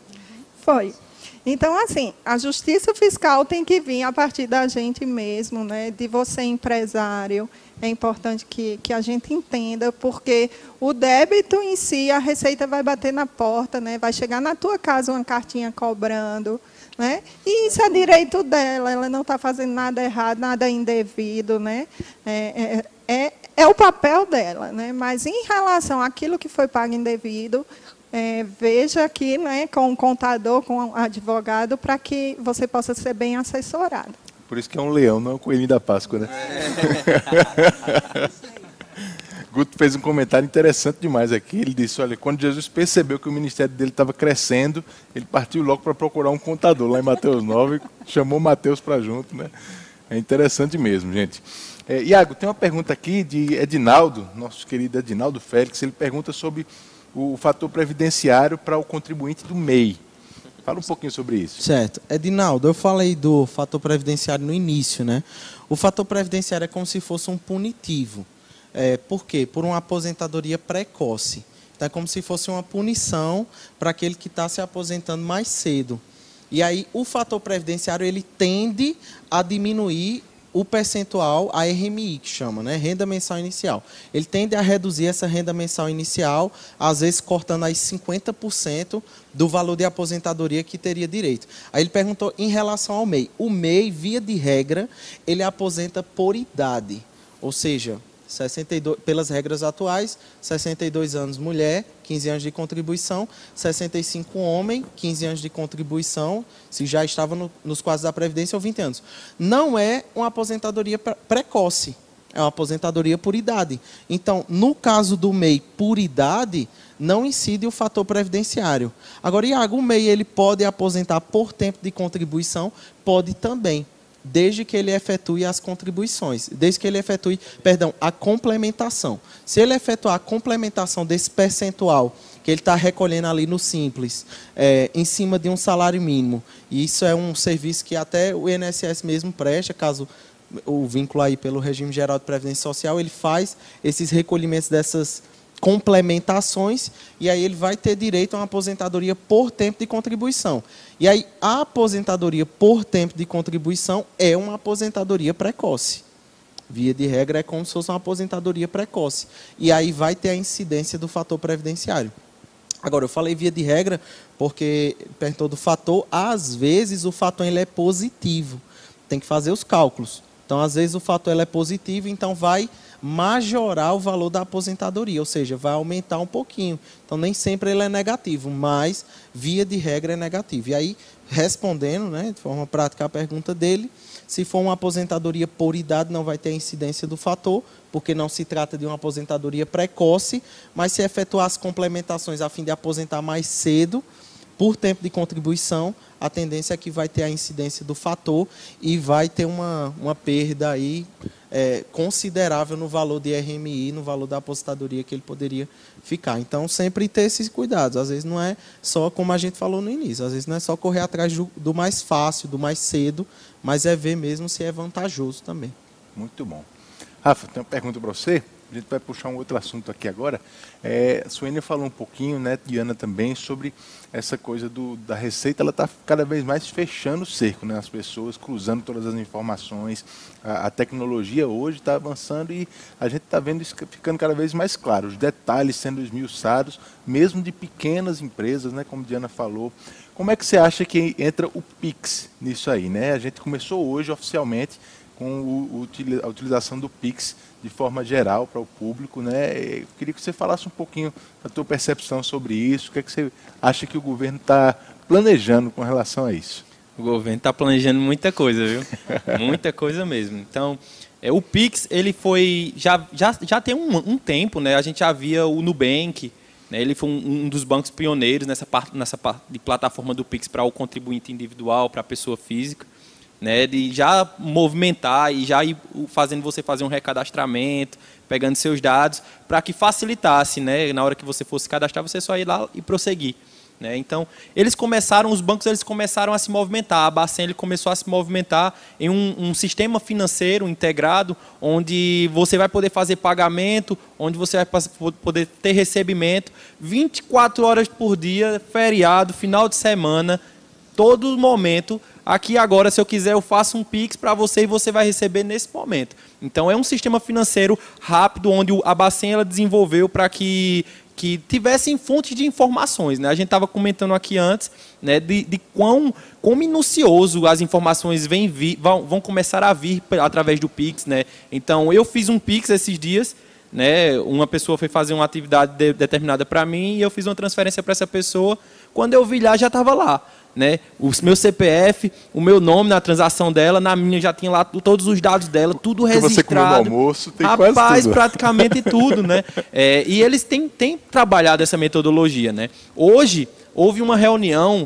Foi. Então, assim, a justiça fiscal tem que vir a partir da gente mesmo, né, de você, empresário. É importante que a gente entenda, porque o débito em si, a Receita vai bater na porta, né? Vai chegar na tua casa uma cartinha cobrando, né? E isso é direito dela, ela não está fazendo nada errado, nada indevido, né? É o papel dela, né? Mas em relação àquilo que foi pago indevido, veja aqui, né, com o contador, com o advogado, para que você possa ser bem assessorado. Por isso que é um leão, não é um coelhinho da Páscoa, né? Guto fez um comentário interessante demais aqui. Ele disse, olha, quando Jesus percebeu que o ministério dele estava crescendo, ele partiu logo para procurar um contador. Lá em Mateus 9, chamou Mateus para junto, né? É interessante mesmo, gente. Iago, tem uma pergunta aqui de Edinaldo, nosso querido Edinaldo Félix. Ele pergunta sobre o fator previdenciário para o contribuinte do MEI. Fala um pouquinho sobre isso. Certo. Edinaldo, eu falei do fator previdenciário no início, né? O fator previdenciário é como se fosse um punitivo. Por quê? Por uma aposentadoria precoce. Então, é como se fosse uma punição para aquele que está se aposentando mais cedo. E aí, o fator previdenciário, ele tende a diminuir o percentual, a RMI, que chama, né? Renda mensal inicial. Ele tende a reduzir essa renda mensal inicial, às vezes cortando aí 50% do valor de aposentadoria que teria direito. Aí ele perguntou em relação ao MEI. O MEI, via de regra, ele aposenta por idade. Ou seja, 62, pelas regras atuais, 62 anos mulher, 15 anos de contribuição, 65 homem, 15 anos de contribuição, se já estava nos quadros da Previdência, ou 20 anos. Não é uma aposentadoria precoce, é uma aposentadoria por idade. Então, no caso do MEI por idade, não incide o fator previdenciário. Agora, Iago, o MEI ele pode aposentar por tempo de contribuição? Pode também. Desde que ele efetue as contribuições, desde que ele efetue, a complementação. Se ele efetuar a complementação desse percentual que ele está recolhendo ali no Simples, em cima de um salário mínimo, e isso é um serviço que até o INSS mesmo presta, caso o vínculo aí pelo Regime Geral de Previdência Social, ele faz esses recolhimentos dessas complementações, e aí ele vai ter direito a uma aposentadoria por tempo de contribuição. E aí a aposentadoria por tempo de contribuição é uma aposentadoria precoce. Via de regra é como se fosse uma aposentadoria precoce. E aí vai ter a incidência do fator previdenciário. Agora, eu falei via de regra porque perguntou do fator, às vezes o fator ele é positivo. Tem que fazer os cálculos. Então, às vezes o fator ele é positivo, então vai majorar o valor da aposentadoria, ou seja, vai aumentar um pouquinho. Então, nem sempre ele é negativo, mas, via de regra, é negativo. E aí, respondendo, né, de forma prática a pergunta dele, se for uma aposentadoria por idade, não vai ter a incidência do fator, porque não se trata de uma aposentadoria precoce, mas se efetuar as complementações a fim de aposentar mais cedo, por tempo de contribuição, a tendência é que vai ter a incidência do fator e vai ter uma perda aí, considerável no valor de RMI, no valor da aposentadoria que ele poderia ficar. Então, sempre ter esses cuidados. Às vezes não é só, como a gente falou no início, às vezes não é só correr atrás do mais fácil, do mais cedo, mas é ver mesmo se é vantajoso também. Muito bom. Rafa, tem uma pergunta para você. A gente vai puxar um outro assunto aqui agora. A Suênia falou um pouquinho, né, e Ana também, sobre essa coisa da Receita. Ela está cada vez mais fechando o cerco, né, as pessoas, cruzando todas as informações. A tecnologia hoje está avançando e a gente está vendo isso ficando cada vez mais claro. Os detalhes sendo esmiuçados, mesmo de pequenas empresas, né, como a Diana falou. Como é que você acha que entra o Pix nisso aí, né? A gente começou hoje oficialmente com a utilização do Pix de forma geral para o público, né? Eu queria que você falasse um pouquinho da tua percepção sobre isso, o que é que você acha que o governo está planejando com relação a isso? O governo está planejando muita coisa, viu? Muita coisa mesmo. Então, o Pix, ele foi, já tem um tempo, né? A gente já via o Nubank, né? Ele foi um dos bancos pioneiros nessa parte de plataforma do Pix para o contribuinte individual, para a pessoa física, né, de já movimentar e já ir fazendo você fazer um recadastramento, pegando seus dados, para que facilitasse, né, na hora que você fosse cadastrar, você só ir lá e prosseguir. Né? Então, os bancos começaram a se movimentar, a Bacen ele começou a se movimentar em um sistema financeiro integrado, onde você vai poder fazer pagamento, onde você vai poder ter recebimento, 24 horas por dia, feriado, final de semana, todo momento. Aqui agora, se eu quiser, eu faço um Pix para você e você vai receber nesse momento. Então, é um sistema financeiro rápido, onde a Bacen ela desenvolveu para que tivessem fontes de informações. Né? A gente estava comentando aqui antes, né, de quão minucioso as informações vão começar a vir através do Pix. Né? Então, eu fiz um Pix esses dias, né? Uma pessoa foi fazer uma atividade determinada para mim e eu fiz uma transferência para essa pessoa. Quando eu vi lá, já estava lá. Né? O meu CPF, o meu nome na transação dela, na minha já tinha lá todos os dados dela, tudo registrado. Você comeu no almoço, tem Rapaz, quase tudo. praticamente tudo, né? E eles têm trabalhado essa metodologia, né? Hoje houve uma reunião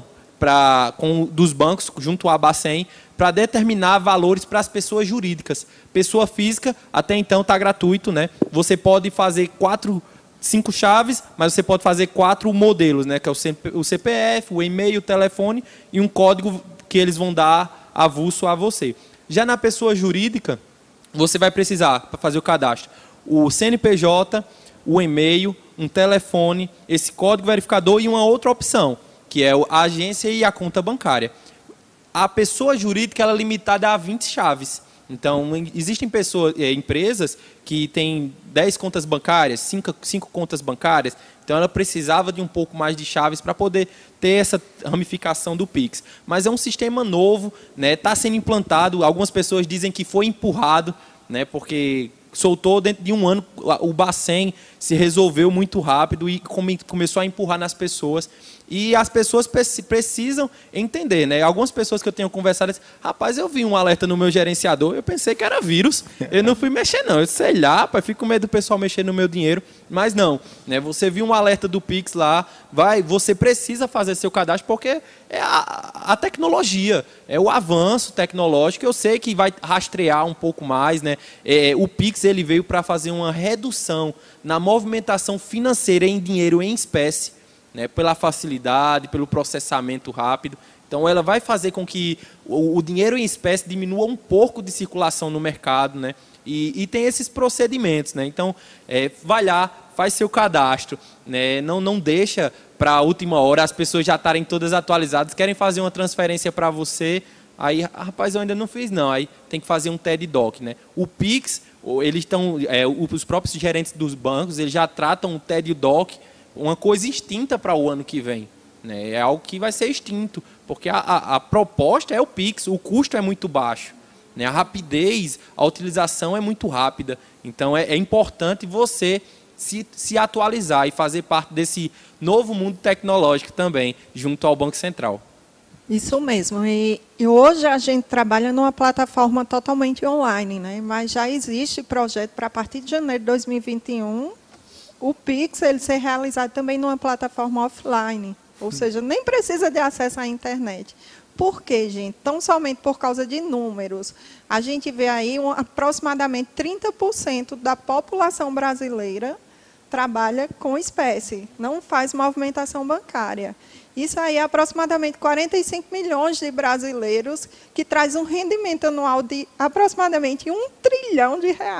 dos bancos junto à Bacen para determinar valores para as pessoas jurídicas. Pessoa física, até então está gratuito, né? Você pode fazer 5 chaves, mas você pode fazer 4 modelos, né? Que é o CPF, o e-mail, o telefone e um código que eles vão dar avulso a você. Já na pessoa jurídica, você vai precisar, para fazer o cadastro, o CNPJ, o e-mail, um telefone, esse código verificador e uma outra opção, que é a agência e a conta bancária. A pessoa jurídica ela é limitada a 20 chaves. Então, existem empresas que têm 10 contas bancárias, 5 contas bancárias. Então, ela precisava de um pouco mais de chaves para poder ter essa ramificação do Pix. Mas é um sistema novo, né? Está sendo implantado. Algumas pessoas dizem que foi empurrado, né? Porque soltou dentro de um ano, o Bacen se resolveu muito rápido e começou a empurrar nas pessoas. E as pessoas precisam entender, né? Algumas pessoas que eu tenho conversado dizem, rapaz, eu vi um alerta no meu gerenciador, eu pensei que era vírus, eu não fui mexer não, eu sei lá, rapaz, fico com medo do pessoal mexer no meu dinheiro, mas não, né? Você viu um alerta do Pix lá, você precisa fazer seu cadastro porque é a tecnologia, é o avanço tecnológico, eu sei que vai rastrear um pouco mais, né? O Pix ele veio para fazer uma redução na movimentação financeira em dinheiro em espécie, né, pela facilidade, pelo processamento rápido. Então, ela vai fazer com que o dinheiro em espécie diminua um pouco de circulação no mercado, né? E tem esses procedimentos, né? Então, vai lá, faz seu cadastro, né? Não deixa para a última hora, as pessoas já estarem todas atualizadas, querem fazer uma transferência para você, aí, rapaz, eu ainda não fiz não, aí tem que fazer um TED Doc, né? O Pix, os próprios gerentes dos bancos, eles já tratam o TED Doc uma coisa extinta para o ano que vem, né? É algo que vai ser extinto, porque a proposta é o Pix, o custo é muito baixo, né? A rapidez, a utilização é muito rápida. Então, é importante você se atualizar e fazer parte desse novo mundo tecnológico também, junto ao Banco Central. Isso mesmo. E hoje a gente trabalha numa plataforma totalmente online, né? Mas já existe projeto para, a partir de janeiro de 2021, o Pix ele ser realizado também numa plataforma offline. Ou seja, nem precisa de acesso à internet. Por quê, gente? Tão somente por causa de números. A gente vê aí aproximadamente 30% da população brasileira trabalha com espécie, não faz movimentação bancária. Isso aí é aproximadamente 45 milhões de brasileiros, que traz um rendimento anual de aproximadamente R$1 trilhão,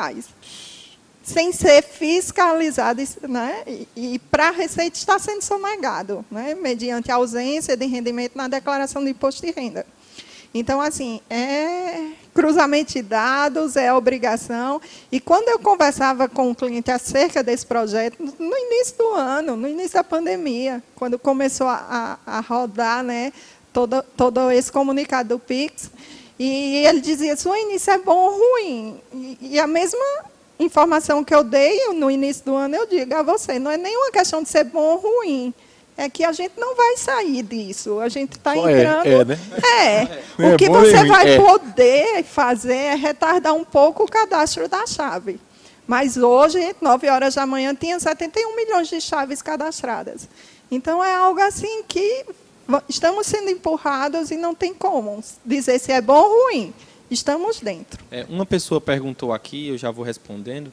sem ser fiscalizado, né? E para a Receita está sendo sonegado, né? Mediante a ausência de rendimento na declaração de imposto de renda. Então, assim, é cruzamento de dados, é obrigação. E quando eu conversava com o cliente acerca desse projeto, no início do ano, no início da pandemia, quando começou a rodar, né, todo esse comunicado do Pix, e ele dizia, o início é bom ou ruim? E a mesma informação que eu dei no início do ano, eu digo a você, não é nenhuma questão de ser bom ou ruim. É que a gente não vai sair disso. A gente está entrando... né? O que você vai poder fazer é retardar um pouco o cadastro da chave. Mas hoje, 9 horas da manhã, tinha 71 milhões de chaves cadastradas. Então, é algo assim que estamos sendo empurrados e não tem como dizer se é bom ou ruim. Estamos dentro. Uma pessoa perguntou aqui, eu já vou respondendo.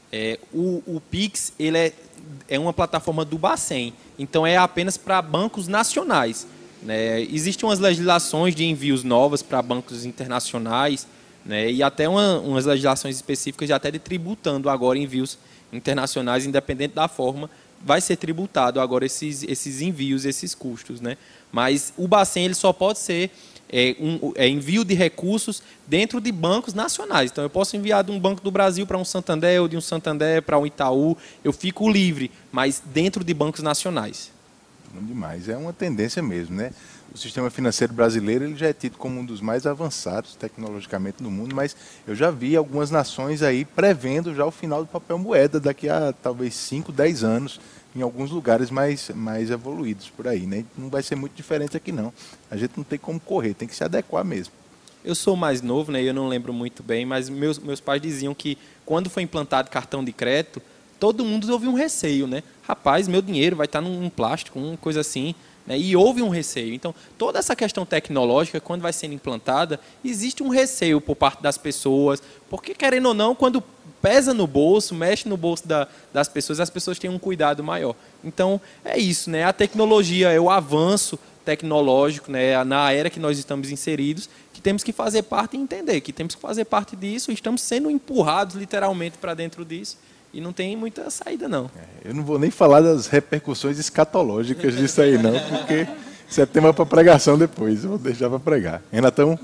O Pix ele é uma plataforma do Bacen, então é apenas para bancos nacionais, né? Existem umas legislações de envios novas para bancos internacionais, né? E até umas legislações específicas de até de tributando agora envios internacionais, independente da forma, vai ser tributado agora esses envios, esses custos, né? Mas o Bacen ele só pode ser envio de recursos dentro de bancos nacionais. Então, eu posso enviar de um Banco do Brasil para um Santander, ou de um Santander para um Itaú. Eu fico livre, mas dentro de bancos nacionais. Bom demais. É uma tendência mesmo, né? O sistema financeiro brasileiro ele já é tido como um dos mais avançados tecnologicamente no mundo, mas eu já vi algumas nações aí prevendo já o final do papel moeda daqui a talvez 5, 10 anos, em alguns lugares mais evoluídos por aí, né? Não vai ser muito diferente aqui, não. A gente não tem como correr, tem que se adequar mesmo. Eu sou mais novo, né? Eu não lembro muito bem, mas meus pais diziam que quando foi implantado cartão de crédito, todo mundo houve um receio, né? Rapaz, meu dinheiro vai estar num plástico, uma coisa assim, né? E houve um receio. Então, toda essa questão tecnológica, quando vai sendo implantada, existe um receio por parte das pessoas, porque, querendo ou não, quando pesa no bolso, mexe no bolso das pessoas, as pessoas têm um cuidado maior. Então, é isso, né? A tecnologia é o avanço tecnológico, né? Na era que nós estamos inseridos, que temos que fazer parte e entender que temos que fazer parte disso, e estamos sendo empurrados literalmente para dentro disso, e não tem muita saída, não. Eu não vou nem falar das repercussões escatológicas disso aí, não, porque isso é tema para pregação depois, eu vou deixar para pregar. Renatão?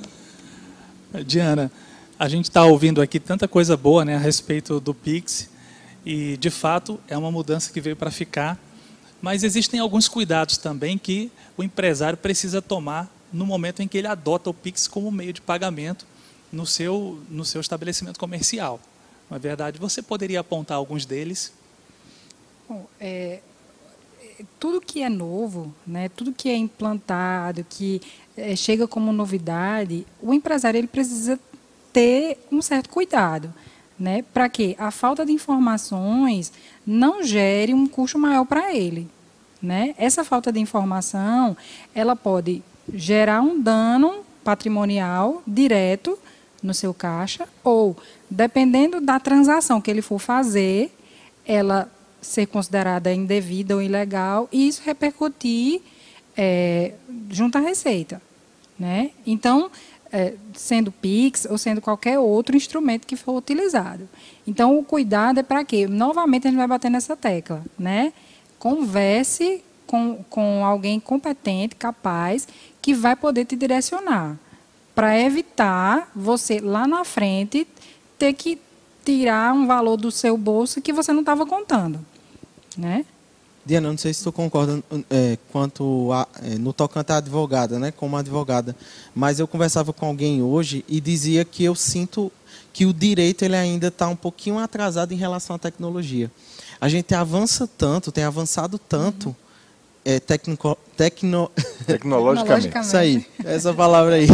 Diana, a gente está ouvindo aqui tanta coisa boa, né, a respeito do Pix, e de fato é uma mudança que veio para ficar, mas existem alguns cuidados também que o empresário precisa tomar no momento em que ele adota o Pix como meio de pagamento no seu estabelecimento comercial. Na verdade, você poderia apontar alguns deles? Bom, tudo que é novo, né, tudo que é implantado, que chega como novidade, o empresário ele precisa ter um certo cuidado, né, para que a falta de informações não gere um custo maior para ele, né? Essa falta de informação, ela pode gerar um dano patrimonial direto no seu caixa, ou, dependendo da transação que ele for fazer, ela ser considerada indevida ou ilegal, e isso repercutir junto à Receita, né? Então, sendo Pix ou sendo qualquer outro instrumento que for utilizado. Então, o cuidado é para quê? Novamente, a gente vai bater nessa tecla, né? Converse com alguém competente, capaz, que vai poder te direcionar, para evitar você, lá na frente, ter que tirar um valor do seu bolso que você não estava contando, né? Diana, não sei se tu concorda no tocante à advogada, né, como advogada, mas eu conversava com alguém hoje e dizia que eu sinto que o direito ele ainda está um pouquinho atrasado em relação à tecnologia. A gente avança tanto, tem avançado tanto, Tecnologicamente. Isso aí, essa palavra aí.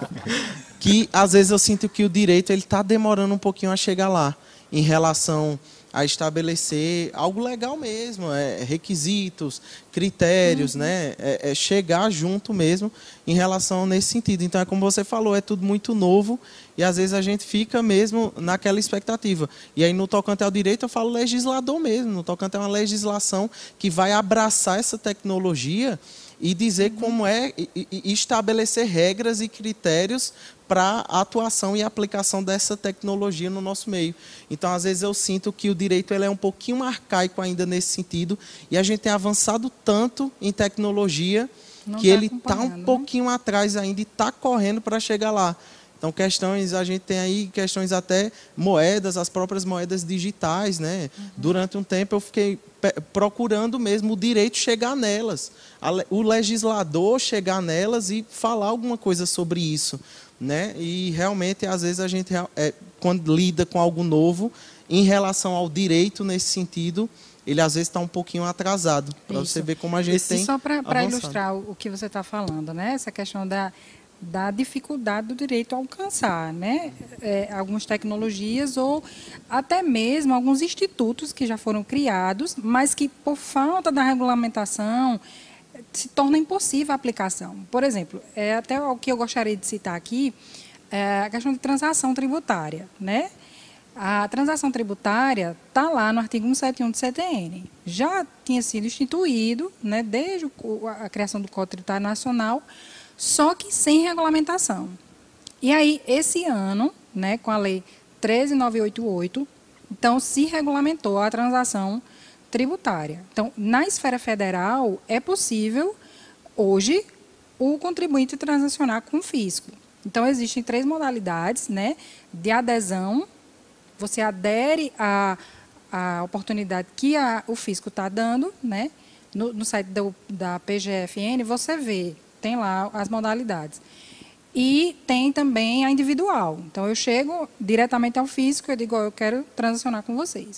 Que às vezes eu sinto que o direito ele está demorando um pouquinho a chegar lá, em relação a estabelecer algo legal mesmo, requisitos, critérios, né? Chegar junto mesmo em relação nesse sentido. Então, é como você falou, é tudo muito novo e às vezes a gente fica mesmo naquela expectativa. E aí, no tocante ao direito, eu falo legislador mesmo, no tocante a uma legislação que vai abraçar essa tecnologia e dizer como e estabelecer regras e critérios para a atuação e aplicação dessa tecnologia no nosso meio. Então, às vezes, eu sinto que o direito ele é um pouquinho arcaico ainda nesse sentido, e a gente tem avançado tanto em tecnologia que ele está um pouquinho atrás ainda e está correndo para chegar lá. Então, a gente tem aí questões até moedas, as próprias moedas digitais, né? Durante um tempo eu fiquei procurando mesmo o direito chegar nelas, o legislador chegar nelas e falar alguma coisa sobre isso, né? E realmente, às vezes, a gente, quando lida com algo novo, em relação ao direito nesse sentido, ele às vezes está um pouquinho atrasado, para você ver como a gente tem só para avançado. ilustrar o que você está falando, né? Essa questão da dificuldade do direito a alcançar, né? Algumas tecnologias ou até mesmo alguns institutos que já foram criados, mas que, por falta da regulamentação, se torna impossível a aplicação. Por exemplo, até o que eu gostaria de citar aqui, a questão de transação tributária, né? A transação tributária está lá no artigo 171 do CTN. Já tinha sido instituído, né, desde a criação do Código Tributário Nacional, só que sem regulamentação. E aí, esse ano, né, com a Lei 13.988, então, se regulamentou a transação tributária. Então, na esfera federal, é possível, hoje, o contribuinte transacionar com o fisco. Então, existem 3 modalidades, né, de adesão. Você adere à oportunidade que o fisco está dando, né, no site da PGFN, você vê, tem lá as modalidades. E tem também a individual. Então, eu chego diretamente ao fisco e digo, eu quero transacionar com vocês.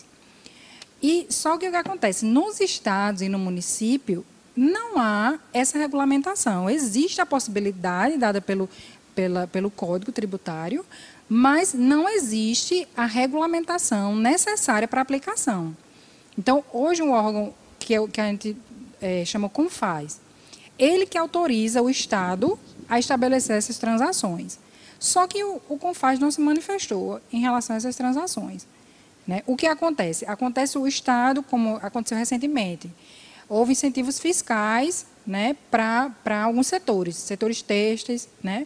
E só que o que acontece? Nos estados e no município, não há essa regulamentação. Existe a possibilidade dada pelo Código Tributário, mas não existe a regulamentação necessária para a aplicação. Então, hoje, um órgão que a gente chama CONFAS, ele que autoriza o Estado a estabelecer essas transações. Só que o CONFAS não se manifestou em relação a essas transações. Né? O que acontece? Acontece o Estado, como aconteceu recentemente. Houve incentivos fiscais, né, para alguns setores têxteis, né?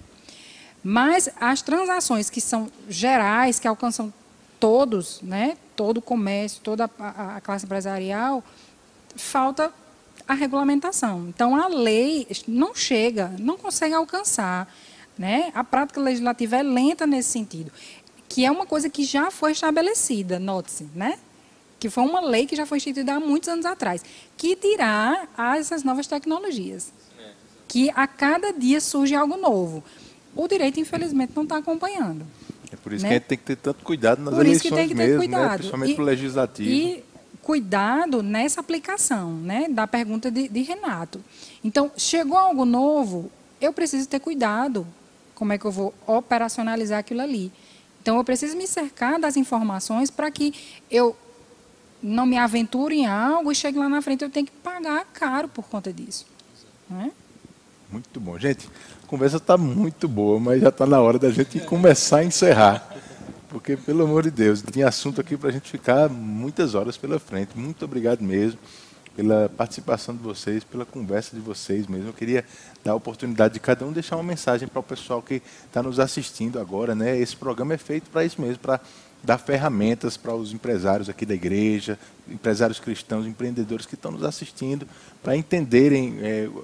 Mas as transações que são gerais, que alcançam todos, né, todo o comércio, toda a classe empresarial, falta a regulamentação. Então, a lei não chega, não consegue alcançar. Né? A prática legislativa é lenta nesse sentido, que é uma coisa que já foi estabelecida, note-se, né? Que foi uma lei que já foi instituída há muitos anos atrás, que dirá essas novas tecnologias, que a cada dia surge algo novo. O direito, infelizmente, não está acompanhando. É por isso né? que a gente tem que ter tanto cuidado nas por isso eleições que tem que ter mesmo, cuidado. né? Principalmente para o legislativo. E cuidado nessa aplicação, né? Da pergunta de Renato. Então, chegou algo novo, eu preciso ter cuidado. Como é que eu vou operacionalizar aquilo ali? Então, eu preciso me cercar das informações para que eu não me aventure em algo e chegue lá na frente eu tenho que pagar caro por conta disso. Né? Muito bom. Gente, a conversa está muito boa, mas já está na hora da gente começar a encerrar. Porque, pelo amor de Deus, tem assunto aqui para a gente ficar muitas horas pela frente. Muito obrigado mesmo pela participação de vocês, pela conversa de vocês mesmo. Eu queria dar a oportunidade de cada um deixar uma mensagem para o pessoal que está nos assistindo agora, né? Esse programa é feito para isso mesmo, para dar ferramentas para os empresários aqui da igreja, empresários cristãos, empreendedores que estão nos assistindo, para entenderem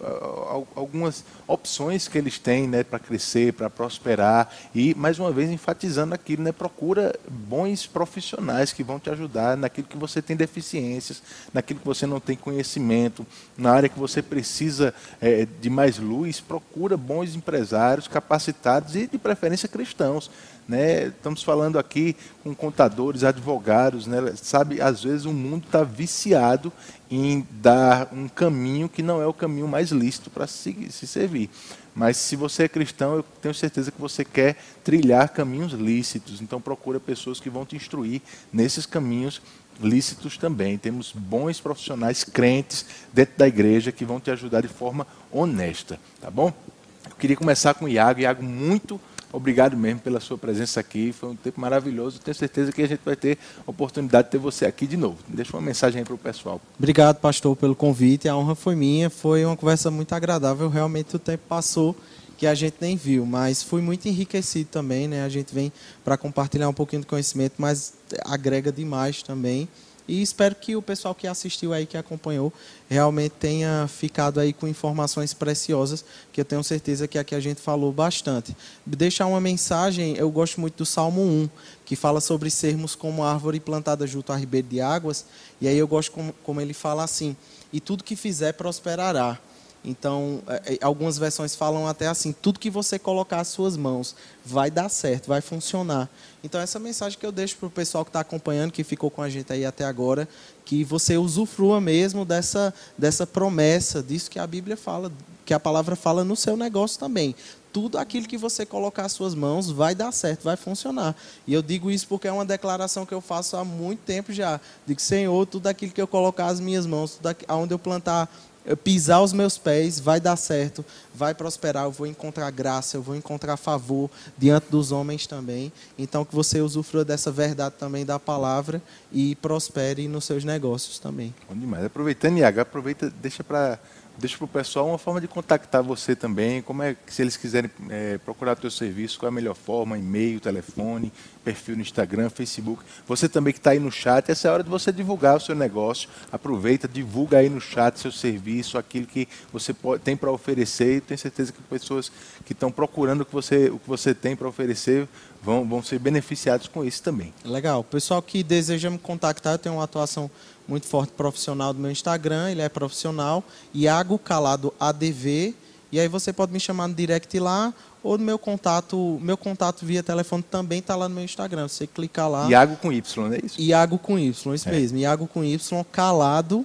algumas opções que eles têm, né, para crescer, para prosperar. E, mais uma vez, enfatizando aquilo, né, procura bons profissionais que vão te ajudar naquilo que você tem deficiências, naquilo que você não tem conhecimento, na área que você precisa de mais luz. Procura bons empresários capacitados e, de preferência, cristãos. Né? Estamos falando aqui com contadores, advogados, né? Sabe, às vezes o mundo está viciado em dar um caminho que não é o caminho mais lícito para se servir. Mas se você é cristão, eu tenho certeza que você quer trilhar caminhos lícitos. Então procura pessoas que vão te instruir nesses caminhos lícitos também. Temos bons profissionais crentes dentro da igreja que vão te ajudar de forma honesta, tá bom? Eu queria começar com o Iago. Iago, muito obrigado mesmo pela sua presença aqui. Foi um tempo maravilhoso. Tenho certeza que a gente vai ter a oportunidade de ter você aqui de novo. Deixa uma mensagem aí para o pessoal. Obrigado, pastor, pelo convite. A honra foi minha. Foi uma conversa muito agradável. Realmente o tempo passou que a gente nem viu, mas fui muito enriquecido também, né? A gente vem para compartilhar um pouquinho de conhecimento, mas agrega demais também. E espero que o pessoal que assistiu aí, que acompanhou, realmente tenha ficado aí com informações preciosas, que eu tenho certeza que aqui a gente falou bastante. Deixar uma mensagem, eu gosto muito do Salmo 1, que fala sobre sermos como árvore plantada junto a ribeiro de águas, e aí eu gosto como ele fala assim: e tudo que fizer prosperará. Então, algumas versões falam até assim: tudo que você colocar às suas mãos vai dar certo, vai funcionar. Então, essa mensagem que eu deixo para o pessoal que está acompanhando, que ficou com a gente aí até agora, que você usufrua mesmo dessa promessa, disso que a Bíblia fala, que a palavra fala no seu negócio também. Tudo aquilo que você colocar às suas mãos vai dar certo, vai funcionar. E eu digo isso porque é uma declaração que eu faço há muito tempo já. Digo: Senhor, tudo aquilo que eu colocar às minhas mãos, tudo onde eu plantar, pisar os meus pés, vai dar certo, vai prosperar, eu vou encontrar graça, eu vou encontrar favor diante dos homens também. Então, que você usufrua dessa verdade também da palavra e prospere nos seus negócios também. Bom demais. Aproveitando, Iago, deixa para o pessoal uma forma de contactar você também. Como é que, se eles quiserem procurar o teu serviço, qual é a melhor forma? E-mail, telefone, perfil no Instagram, Facebook. Você também que está aí no chat, essa é a hora de você divulgar o seu negócio. Aproveita, divulga aí no chat seu serviço, aquilo que você tem para oferecer. E tenho certeza que pessoas que estão procurando o que você tem para oferecer vão ser beneficiados com isso também. Legal. O pessoal que deseja me contactar, eu tenho uma atuação muito forte profissional do meu Instagram, ele é profissional, Iago Calado ADV, e aí você pode me chamar no direct lá, ou no meu contato via telefone também está lá no meu Instagram, você clicar lá. Iago com Y, não é isso? Iago com Y, isso mesmo, Iago com Y, Calado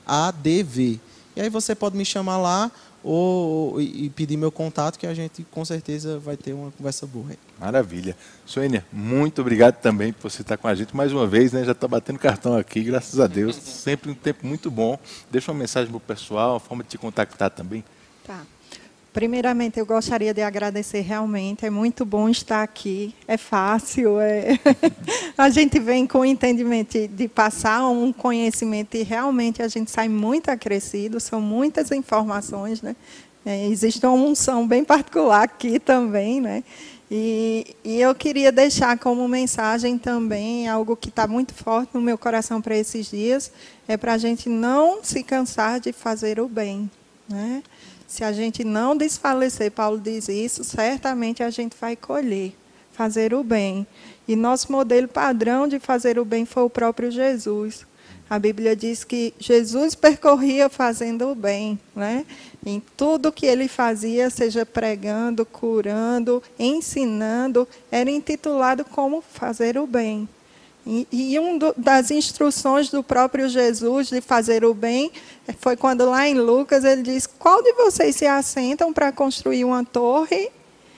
ADV. E aí você pode me chamar lá, e pedir meu contato, que a gente com certeza vai ter uma conversa boa. Maravilha. Suênia, muito obrigado também por você estar com a gente mais uma vez, né? Já está batendo cartão aqui, graças a Deus. Sempre um tempo muito bom. Deixa uma mensagem para o pessoal, uma forma de te contactar também. Tá. Primeiramente, eu gostaria de agradecer realmente. É muito bom estar aqui. É fácil. A gente vem com o entendimento de passar um conhecimento e realmente a gente sai muito acrescido. São muitas informações, né? Existe uma unção bem particular aqui também, né? E eu queria deixar como mensagem também algo que está muito forte no meu coração para esses dias, é para a gente não se cansar de fazer o bem, né? Se a gente não desfalecer, Paulo diz isso, certamente a gente vai colher, fazer o bem. E nosso modelo padrão de fazer o bem foi o próprio Jesus. A Bíblia diz que Jesus percorria fazendo o bem, né? Em tudo que ele fazia, seja pregando, curando, ensinando, era intitulado como fazer o bem. E uma das instruções do próprio Jesus de fazer o bem foi quando lá em Lucas ele diz: qual de vocês se assentam para construir uma torre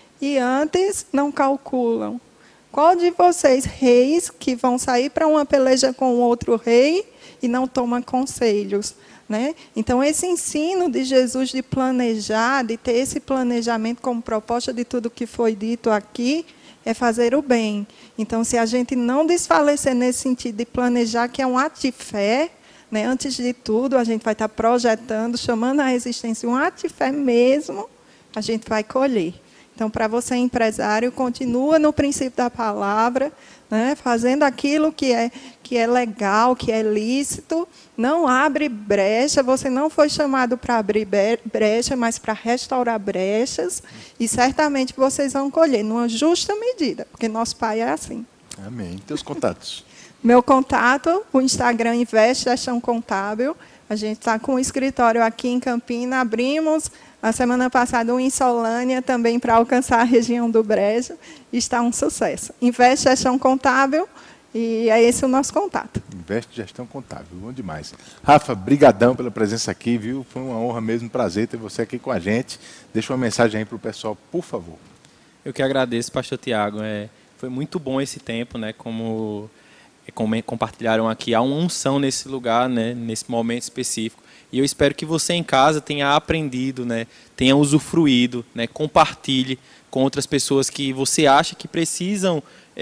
e antes não calculam? Qual de vocês, reis, que vão sair para uma peleja com outro rei e não tomam conselhos? Né? Então, esse ensino de Jesus de planejar, de ter esse planejamento como proposta de tudo que foi dito aqui, é fazer o bem. Então, se a gente não desfalecer nesse sentido de planejar, que é um ato de fé, né? Antes de tudo, a gente vai estar projetando, chamando a existência um ato de fé mesmo, a gente vai colher. Então, para você, empresário, continua no princípio da palavra, né? Fazendo aquilo que é legal, que é lícito, não abre brecha, você não foi chamado para abrir brecha, mas para restaurar brechas, e certamente vocês vão colher, numa justa medida, porque nosso Pai é assim. Amém. Teus contatos? Meu contato, o Instagram Investe Gestão Contábil. A gente está com um escritório aqui em Campina, abrimos a semana passada um em Solânia, também para alcançar a região do Brejo, e está um sucesso. Investe Gestão Contábil, e é esse o nonosso contato. Investe Gestão Contábil, bom demais. Rafa, brigadão pela presença aqui, viu? Foi uma honra mesmo, um prazer ter você aqui com a gente. Deixa uma mensagem aí para o pessoal, por favor. Eu que agradeço, pastor Tiago. Foi muito bom esse tempo, né? Como compartilharam aqui, há uma unção nesse lugar, né? Nesse momento específico. E eu espero que você em casa tenha aprendido, né? Tenha usufruído, né? Compartilhe com outras pessoas que você acha que precisam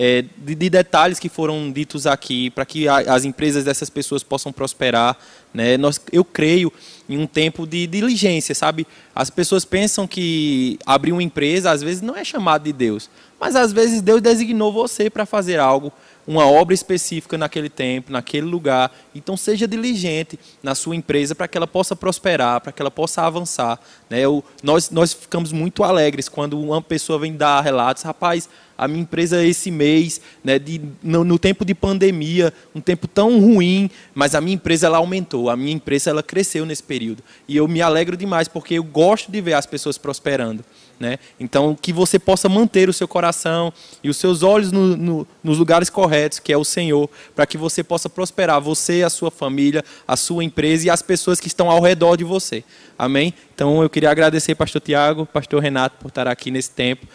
de detalhes que foram ditos aqui, para que as empresas dessas pessoas possam prosperar, né? Eu creio em um tempo de diligência, sabe? As pessoas pensam que abrir uma empresa, às vezes, não é chamado de Deus, mas às vezes Deus designou você para fazer algo, uma obra específica naquele tempo, naquele lugar. Então, seja diligente na sua empresa para que ela possa prosperar, para que ela possa avançar, né? Nós ficamos muito alegres quando uma pessoa vem dar relatos: rapaz, a minha empresa esse mês, né, no tempo de pandemia, um tempo tão ruim, mas a minha empresa ela aumentou, a minha empresa ela cresceu nesse período. E eu me alegro demais, porque eu gosto de ver as pessoas prosperando, né? Então, que você possa manter o seu coração e os seus olhos nos lugares corretos, que é o Senhor, para que você possa prosperar, você, a sua família, a sua empresa e as pessoas que estão ao redor de você. Amém? Então, eu queria agradecer pastor Tiago, pastor Renato, por estar aqui nesse tempo.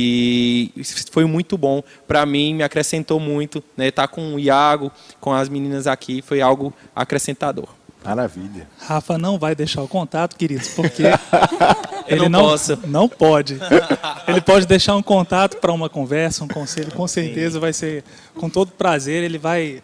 E foi muito bom para mim, me acrescentou muito, né? Estar com o Iago, com as meninas aqui, foi algo acrescentador. Maravilha. Rafa não vai deixar o contato, queridos, porque ele não pode. Ele pode deixar um contato para uma conversa, um conselho, com certeza vai ser com todo prazer, ele vai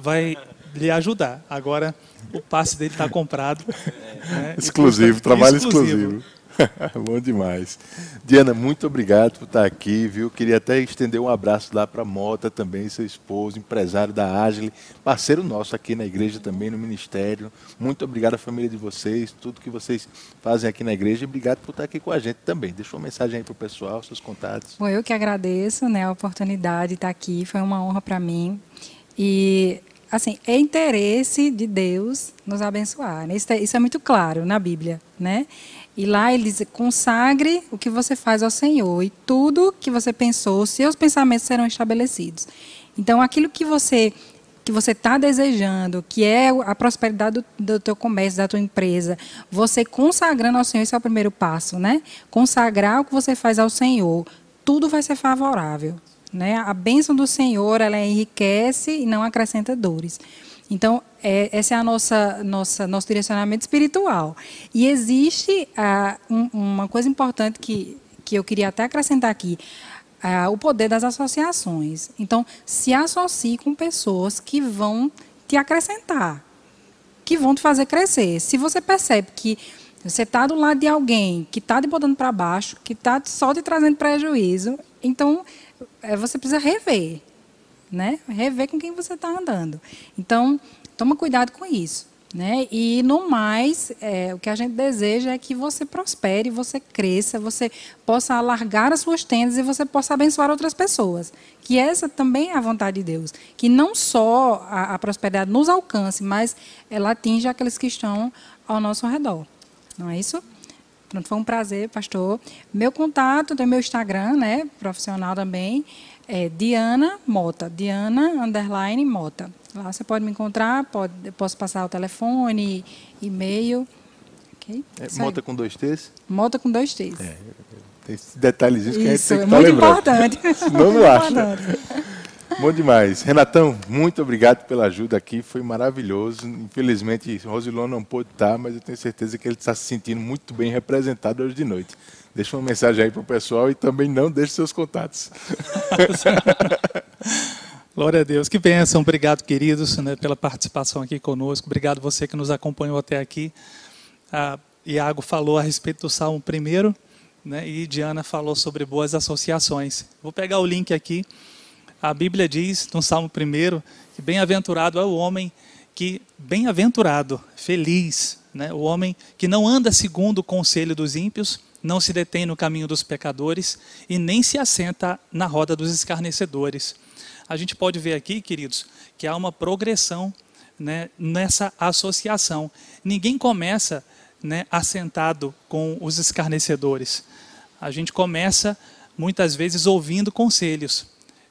lhe ajudar. Agora, o passe dele está comprado. Né? Exclusivo, trabalho exclusivo. Bom demais. Diana, muito obrigado por estar aqui, viu? Queria até estender um abraço lá para a Mota também, seu esposo, empresário da Agile, parceiro nosso aqui na igreja também, no ministério. Muito obrigado à família de vocês, tudo que vocês fazem aqui na igreja, e obrigado por estar aqui com a gente também. Deixa uma mensagem aí para o pessoal, seus contatos. Bom, eu que agradeço, né, a oportunidade de estar aqui, foi uma honra para mim. E, assim, é interesse de Deus nos abençoar, né? Isso é muito claro na Bíblia, né? E lá ele diz: consagre o que você faz ao Senhor, e tudo que você pensou, seus pensamentos serão estabelecidos. Então, aquilo que você está desejando, que é a prosperidade do teu comércio, da tua empresa, você consagrando ao Senhor, esse é o primeiro passo, né? Consagrar o que você faz ao Senhor, tudo vai ser favorável, né? A bênção do Senhor, ela enriquece e não acrescenta dores. Então, esse é nosso direcionamento espiritual. E existe uma coisa importante que eu queria até acrescentar aqui, o poder das associações. Então, se associe com pessoas que vão te acrescentar, que vão te fazer crescer. Se você percebe que você está do lado de alguém que está te botando para baixo, que está só te trazendo prejuízo, então você precisa rever, né? Rever com quem você está andando. Então, toma cuidado com isso, né? E, no mais, o que a gente deseja é que você prospere, você cresça, você possa alargar as suas tendas e você possa abençoar outras pessoas. Que essa também é a vontade de Deus. Que não só a prosperidade nos alcance, mas ela atinja aqueles que estão ao nosso redor. Não é isso? Pronto, foi um prazer, pastor. Meu contato, tem meu Instagram, né, profissional também, é Diana Mota, Diana_Mota. Lá você pode me encontrar, posso passar o telefone, e-mail. Okay? Mota com 2 T's? Mota com 2 T's. Tem esses detalhezinhos que a gente tem que estar lembrando. Importante. Senão não acha. Bom demais. Renatão, muito obrigado pela ajuda aqui, foi maravilhoso. Infelizmente, o Rosilon não pôde estar, mas eu tenho certeza que ele está se sentindo muito bem representado hoje de noite. Deixa uma mensagem aí para o pessoal e também não deixe seus contatos. Glória a Deus. Que bênção. Obrigado, queridos, né, pela participação aqui conosco. Obrigado você que nos acompanhou até aqui. Iago falou a respeito do Salmo 1, né, e Diana falou sobre boas associações. Vou pegar o link aqui. A Bíblia diz, no Salmo 1, que bem-aventurado é o homem bem-aventurado, feliz, né, o homem que não anda segundo o conselho dos ímpios, não se detém no caminho dos pecadores e nem se assenta na roda dos escarnecedores. A gente pode ver aqui, queridos, que há uma progressão, né, nessa associação. Ninguém começa, né, assentado com os escarnecedores. A gente começa, muitas vezes, ouvindo conselhos,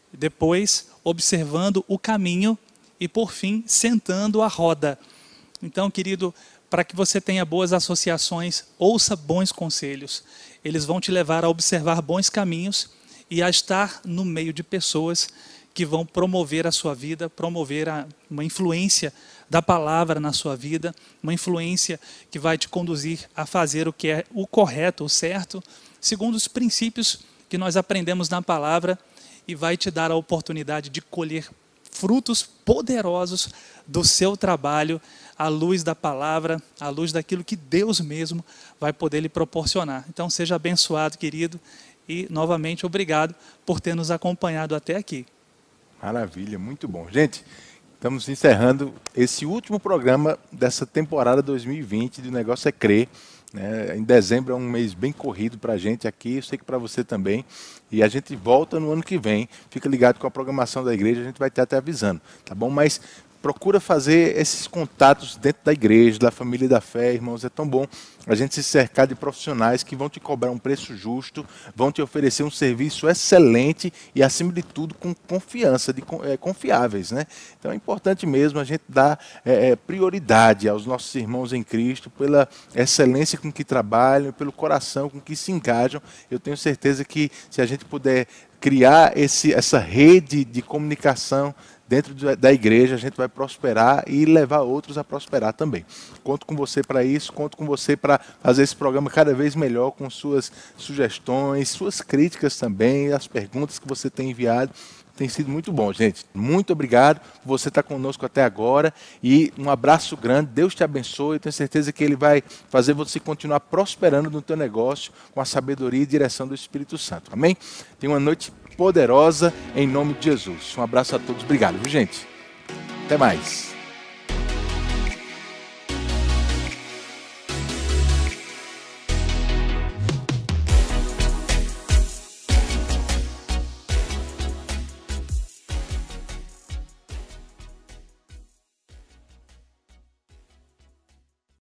depois observando o caminho e, por fim, sentando a roda. Então, querido, para que você tenha boas associações, ouça bons conselhos. Eles vão te levar a observar bons caminhos e a estar no meio de pessoas que vão promover a sua vida, promover uma influência da palavra na sua vida, uma influência que vai te conduzir a fazer o que é o correto, o certo, segundo os princípios que nós aprendemos na palavra, e vai te dar a oportunidade de colher frutos poderosos do seu trabalho, à luz da palavra, à luz daquilo que Deus mesmo vai poder lhe proporcionar. Então, seja abençoado, querido, e, novamente, obrigado por ter nos acompanhado até aqui. Maravilha, muito bom. Gente, estamos encerrando esse último programa dessa temporada 2020 do Negócio é Crer. Em dezembro é um mês bem corrido para a gente aqui, eu sei que para você também. E a gente volta no ano que vem. Fica ligado com a programação da igreja, a gente vai estar até avisando, tá bom? Mas procura fazer esses contatos dentro da igreja, da família da fé, irmãos. É tão bom a gente se cercar de profissionais que vão te cobrar um preço justo, vão te oferecer um serviço excelente e, acima de tudo, com confiança, confiáveis, né? Então é importante mesmo a gente dar prioridade aos nossos irmãos em Cristo pela excelência com que trabalham, pelo coração com que se engajam. Eu tenho certeza que se a gente puder criar essa rede de comunicação dentro da igreja, a gente vai prosperar e levar outros a prosperar também. Conto com você para isso, conto com você para fazer esse programa cada vez melhor, com suas sugestões, suas críticas também, as perguntas que você tem enviado. Tem sido muito bom, gente. Muito obrigado por você estar conosco até agora e um abraço grande. Deus te abençoe. Eu tenho certeza que Ele vai fazer você continuar prosperando no teu negócio com a sabedoria e direção do Espírito Santo. Amém? Tenha uma noite poderosa em nome de Jesus. Um abraço a todos. Obrigado, viu, gente? Até mais.